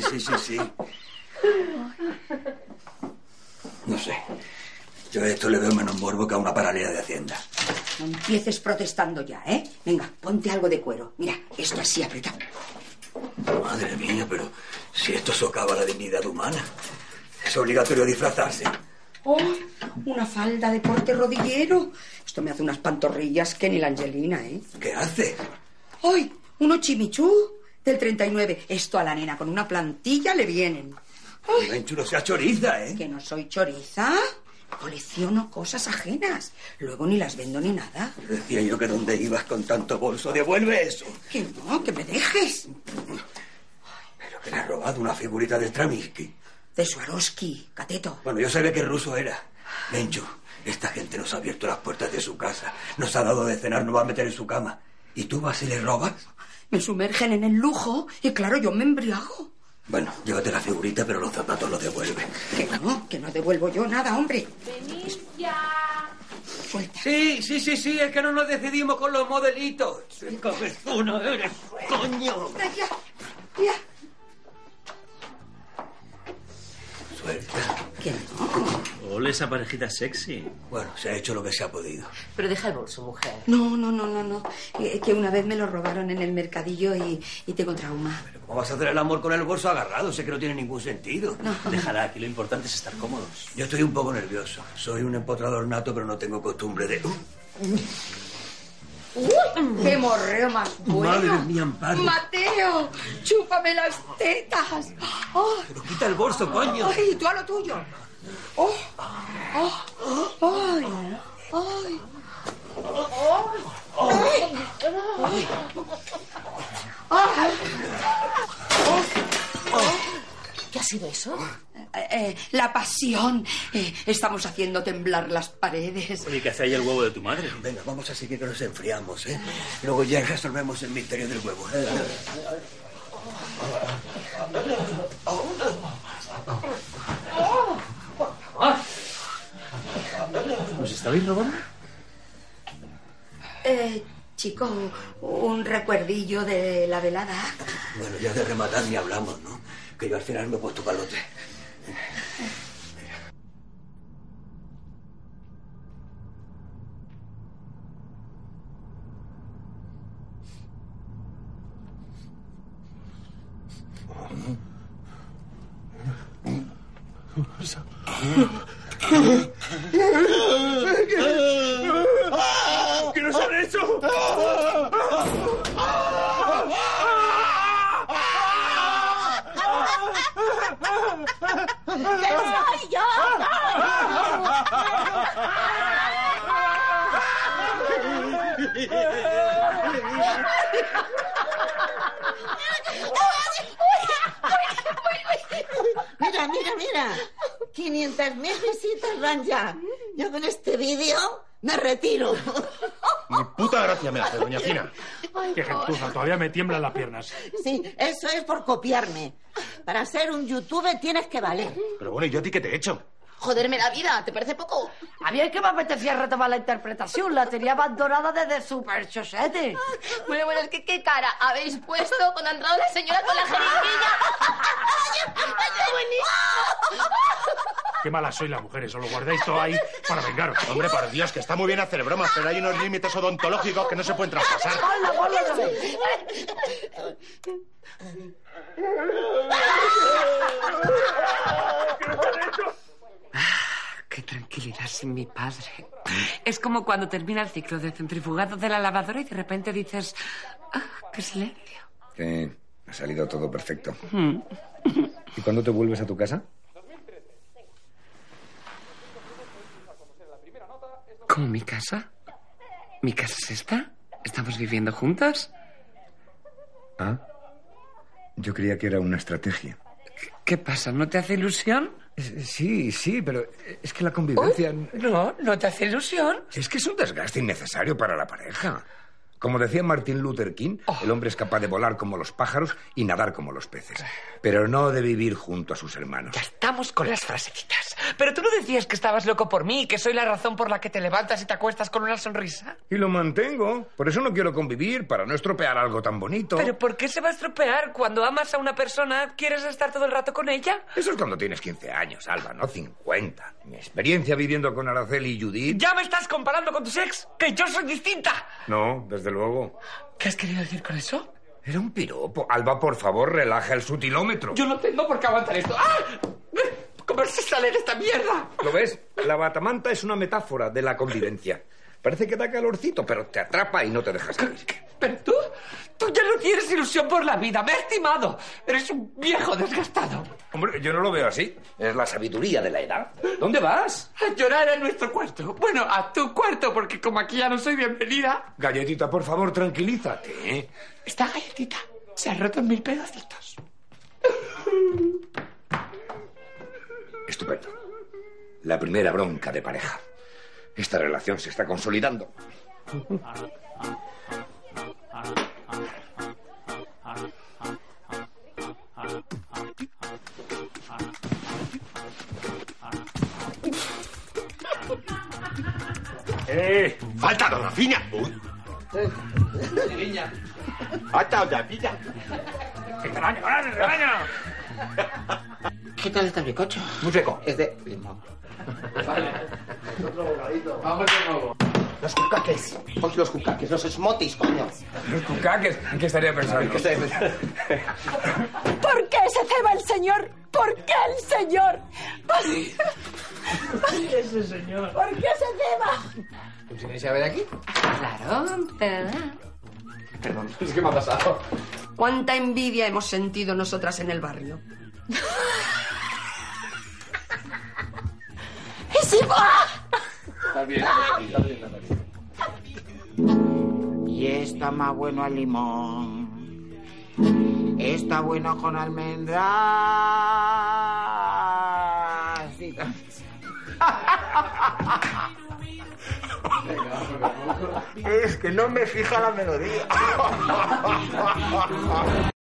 No sé. Yo a esto le veo menos morbo que a una paralela de Hacienda. No empieces protestando ya, ¿eh? Venga, ponte algo de cuero. Mira, esto así apretado. Madre mía, pero si esto socava la dignidad humana. Es obligatorio disfrazarse. ¡Oh! Una falda de porte rodillero. Esto me hace unas pantorrillas que ni la Angelina, ¿eh? ¿Qué hace? ¡Ay! Uno chimichú del 39. Esto a la nena con una plantilla le vienen. Menchu, no sea choriza, ¿eh? ¿Que no soy choriza? Colecciono cosas ajenas. Luego ni las vendo ni nada. Decía yo que dónde ibas con tanto bolso. ¡Devuelve eso! Que no, que me dejes. Pero que le has robado una figurita de Stravinsky. De Swarovski, cateto. Bueno, yo sabía qué ruso era. Menchu, esta gente nos ha abierto las puertas de su casa. Nos ha dado de cenar, nos va a meter en su cama. ¿Y tú vas y le robas? Me sumergen en el lujo y claro, yo me embriago. Bueno, llévate la figurita, pero los zapatos los devuelve. Que no devuelvo yo nada, hombre. Venid ya. Suelta. Sí, es que no nos decidimos con los modelitos. Cabezona eres, coño. Ya. Suelta. ¿Qué no? Ole, esa parejita sexy. Bueno, se ha hecho lo que se ha podido. Pero deja el bolso, mujer. No. Que una vez me lo robaron en el mercadillo y tengo trauma. ¿Pero cómo vas a hacer el amor con el bolso agarrado? Sé que no tiene ningún sentido. Déjala, aquí lo importante es estar cómodos. Yo estoy un poco nervioso. Soy un empotrador nato, pero no tengo costumbre de... ¡Uy! ¡Qué morreo más bueno! ¡Madre mía, Amparo! ¡Mateo! ¡Chúpame las tetas! ¡Oh! ¡Pero quita el bolso, coño! ¡Ay, tú a lo tuyo! ¡Oh! ¡Oh! ¡Ay! ¡Ay! ¿Qué ha sido eso? La pasión. Estamos haciendo temblar las paredes. Oye, ¿qué hace ahí el huevo de tu madre? Venga, vamos a seguir que nos enfriamos, ¿eh? Luego ya resolvemos el misterio del huevo. ¿Nos estabais robando? Chico, un recuerdillo de la velada. Bueno, ya de rematar ni hablamos, ¿no? Que yo al final me he puesto palote. ¿Qué nos han hecho? ¡Que soy yo! Mira. 500.000 visitas van ya. Yo con este vídeo me retiro. Ni puta gracia me hace, doña Fina. Qué gentuza, todavía me tiemblan las piernas. Sí, eso es por copiarme. Para ser un youtuber tienes que valer. Pero bueno, ¿y yo a ti qué te he hecho? Joderme la vida, ¿te parece poco? A mí es que me apetecía retomar la interpretación. La tenía abandonada desde Super Chosete. Bueno, es que qué cara habéis puesto cuando ha entrado la señora con la jeringuilla. ¡Ay, buenísimo! Qué malas sois las mujeres, os lo guardáis todo ahí para vengaros. Hombre, por Dios, que está muy bien hacer bromas, pero hay unos límites odontológicos que no se pueden traspasar. ¡Hola, otra vez! Qué tranquilidad sin mi padre. Es como cuando termina el ciclo de centrifugado de la lavadora y de repente dices... ¡Ah, qué silencio! Sí, ha salido todo perfecto. ¿Y cuándo te vuelves a tu casa? ¿Cómo mi casa? ¿Mi casa es esta? ¿Estamos viviendo juntos? Ah, yo creía que era una estrategia. ¿Qué pasa? ¿No te hace ilusión? Sí, pero es que la convivencia... ¿No te hace ilusión? Es que es un desgaste innecesario para la pareja. Como decía Martin Luther King, el hombre es capaz de volar como los pájaros y nadar como los peces, pero no de vivir junto a sus hermanos. Ya estamos con las frasecitas. Pero tú no decías que estabas loco por mí y que soy la razón por la que te levantas y te acuestas con una sonrisa. Y lo mantengo. Por eso no quiero convivir, para no estropear algo tan bonito. ¿Pero por qué se va a estropear? Cuando amas a una persona, ¿quieres estar todo el rato con ella? Eso es cuando tienes 15 años, Alba, no 50. Mi experiencia viviendo con Araceli y Judith... ¿Ya me estás comparando con tus ex? ¡Que yo soy distinta! No, desde luego. ¿Qué has querido decir con eso? Era un piropo. Alba, por favor, relaja el sutilómetro. Yo no tengo por qué aguantar esto. ¡Ah! ¿Cómo se sale de esta mierda? ¿Lo ves? La batamanta es una metáfora de la convivencia. Parece que da calorcito, pero te atrapa y no te deja salir. Pero tú ya no tienes ilusión por la vida. Me he estimado. Eres un viejo desgastado. Hombre, yo no lo veo así. Es la sabiduría de la edad. ¿Dónde vas? A llorar en nuestro cuarto. Bueno, a tu cuarto, porque como aquí ya no soy bienvenida... Galletita, por favor, tranquilízate, ¿eh? Esta galletita se ha roto en 1000 pedacitos. Estupendo. La primera bronca de pareja. Esta relación se está consolidando. ¡Falta dona fina! ¡Uy! ¡Falta dona fina! ¡Que te baño, ahora, te baño! ¿Qué tal está el bizcocho? Muy seco. Es de limón. Vale. Otro bocadito. Vamos de nuevo. Los cucaques. Pues los cucaques, los smotis, coño. Los cucaques. ¿En qué estaría pensando? ¿Qué estaría pensando? ¿Por qué se ceba el señor? ¿Por qué el señor? ¿Por qué ese señor? ¿Por qué se ceba? ¿Tú tienes llave de aquí? Claro, pero... Perdón, es que me ha pasado. ¿Cuánta envidia hemos sentido nosotras en el barrio? ¡Y si va! Está bien, Y está más bueno el limón. Está bueno con almendras. Es que no me fija la melodía.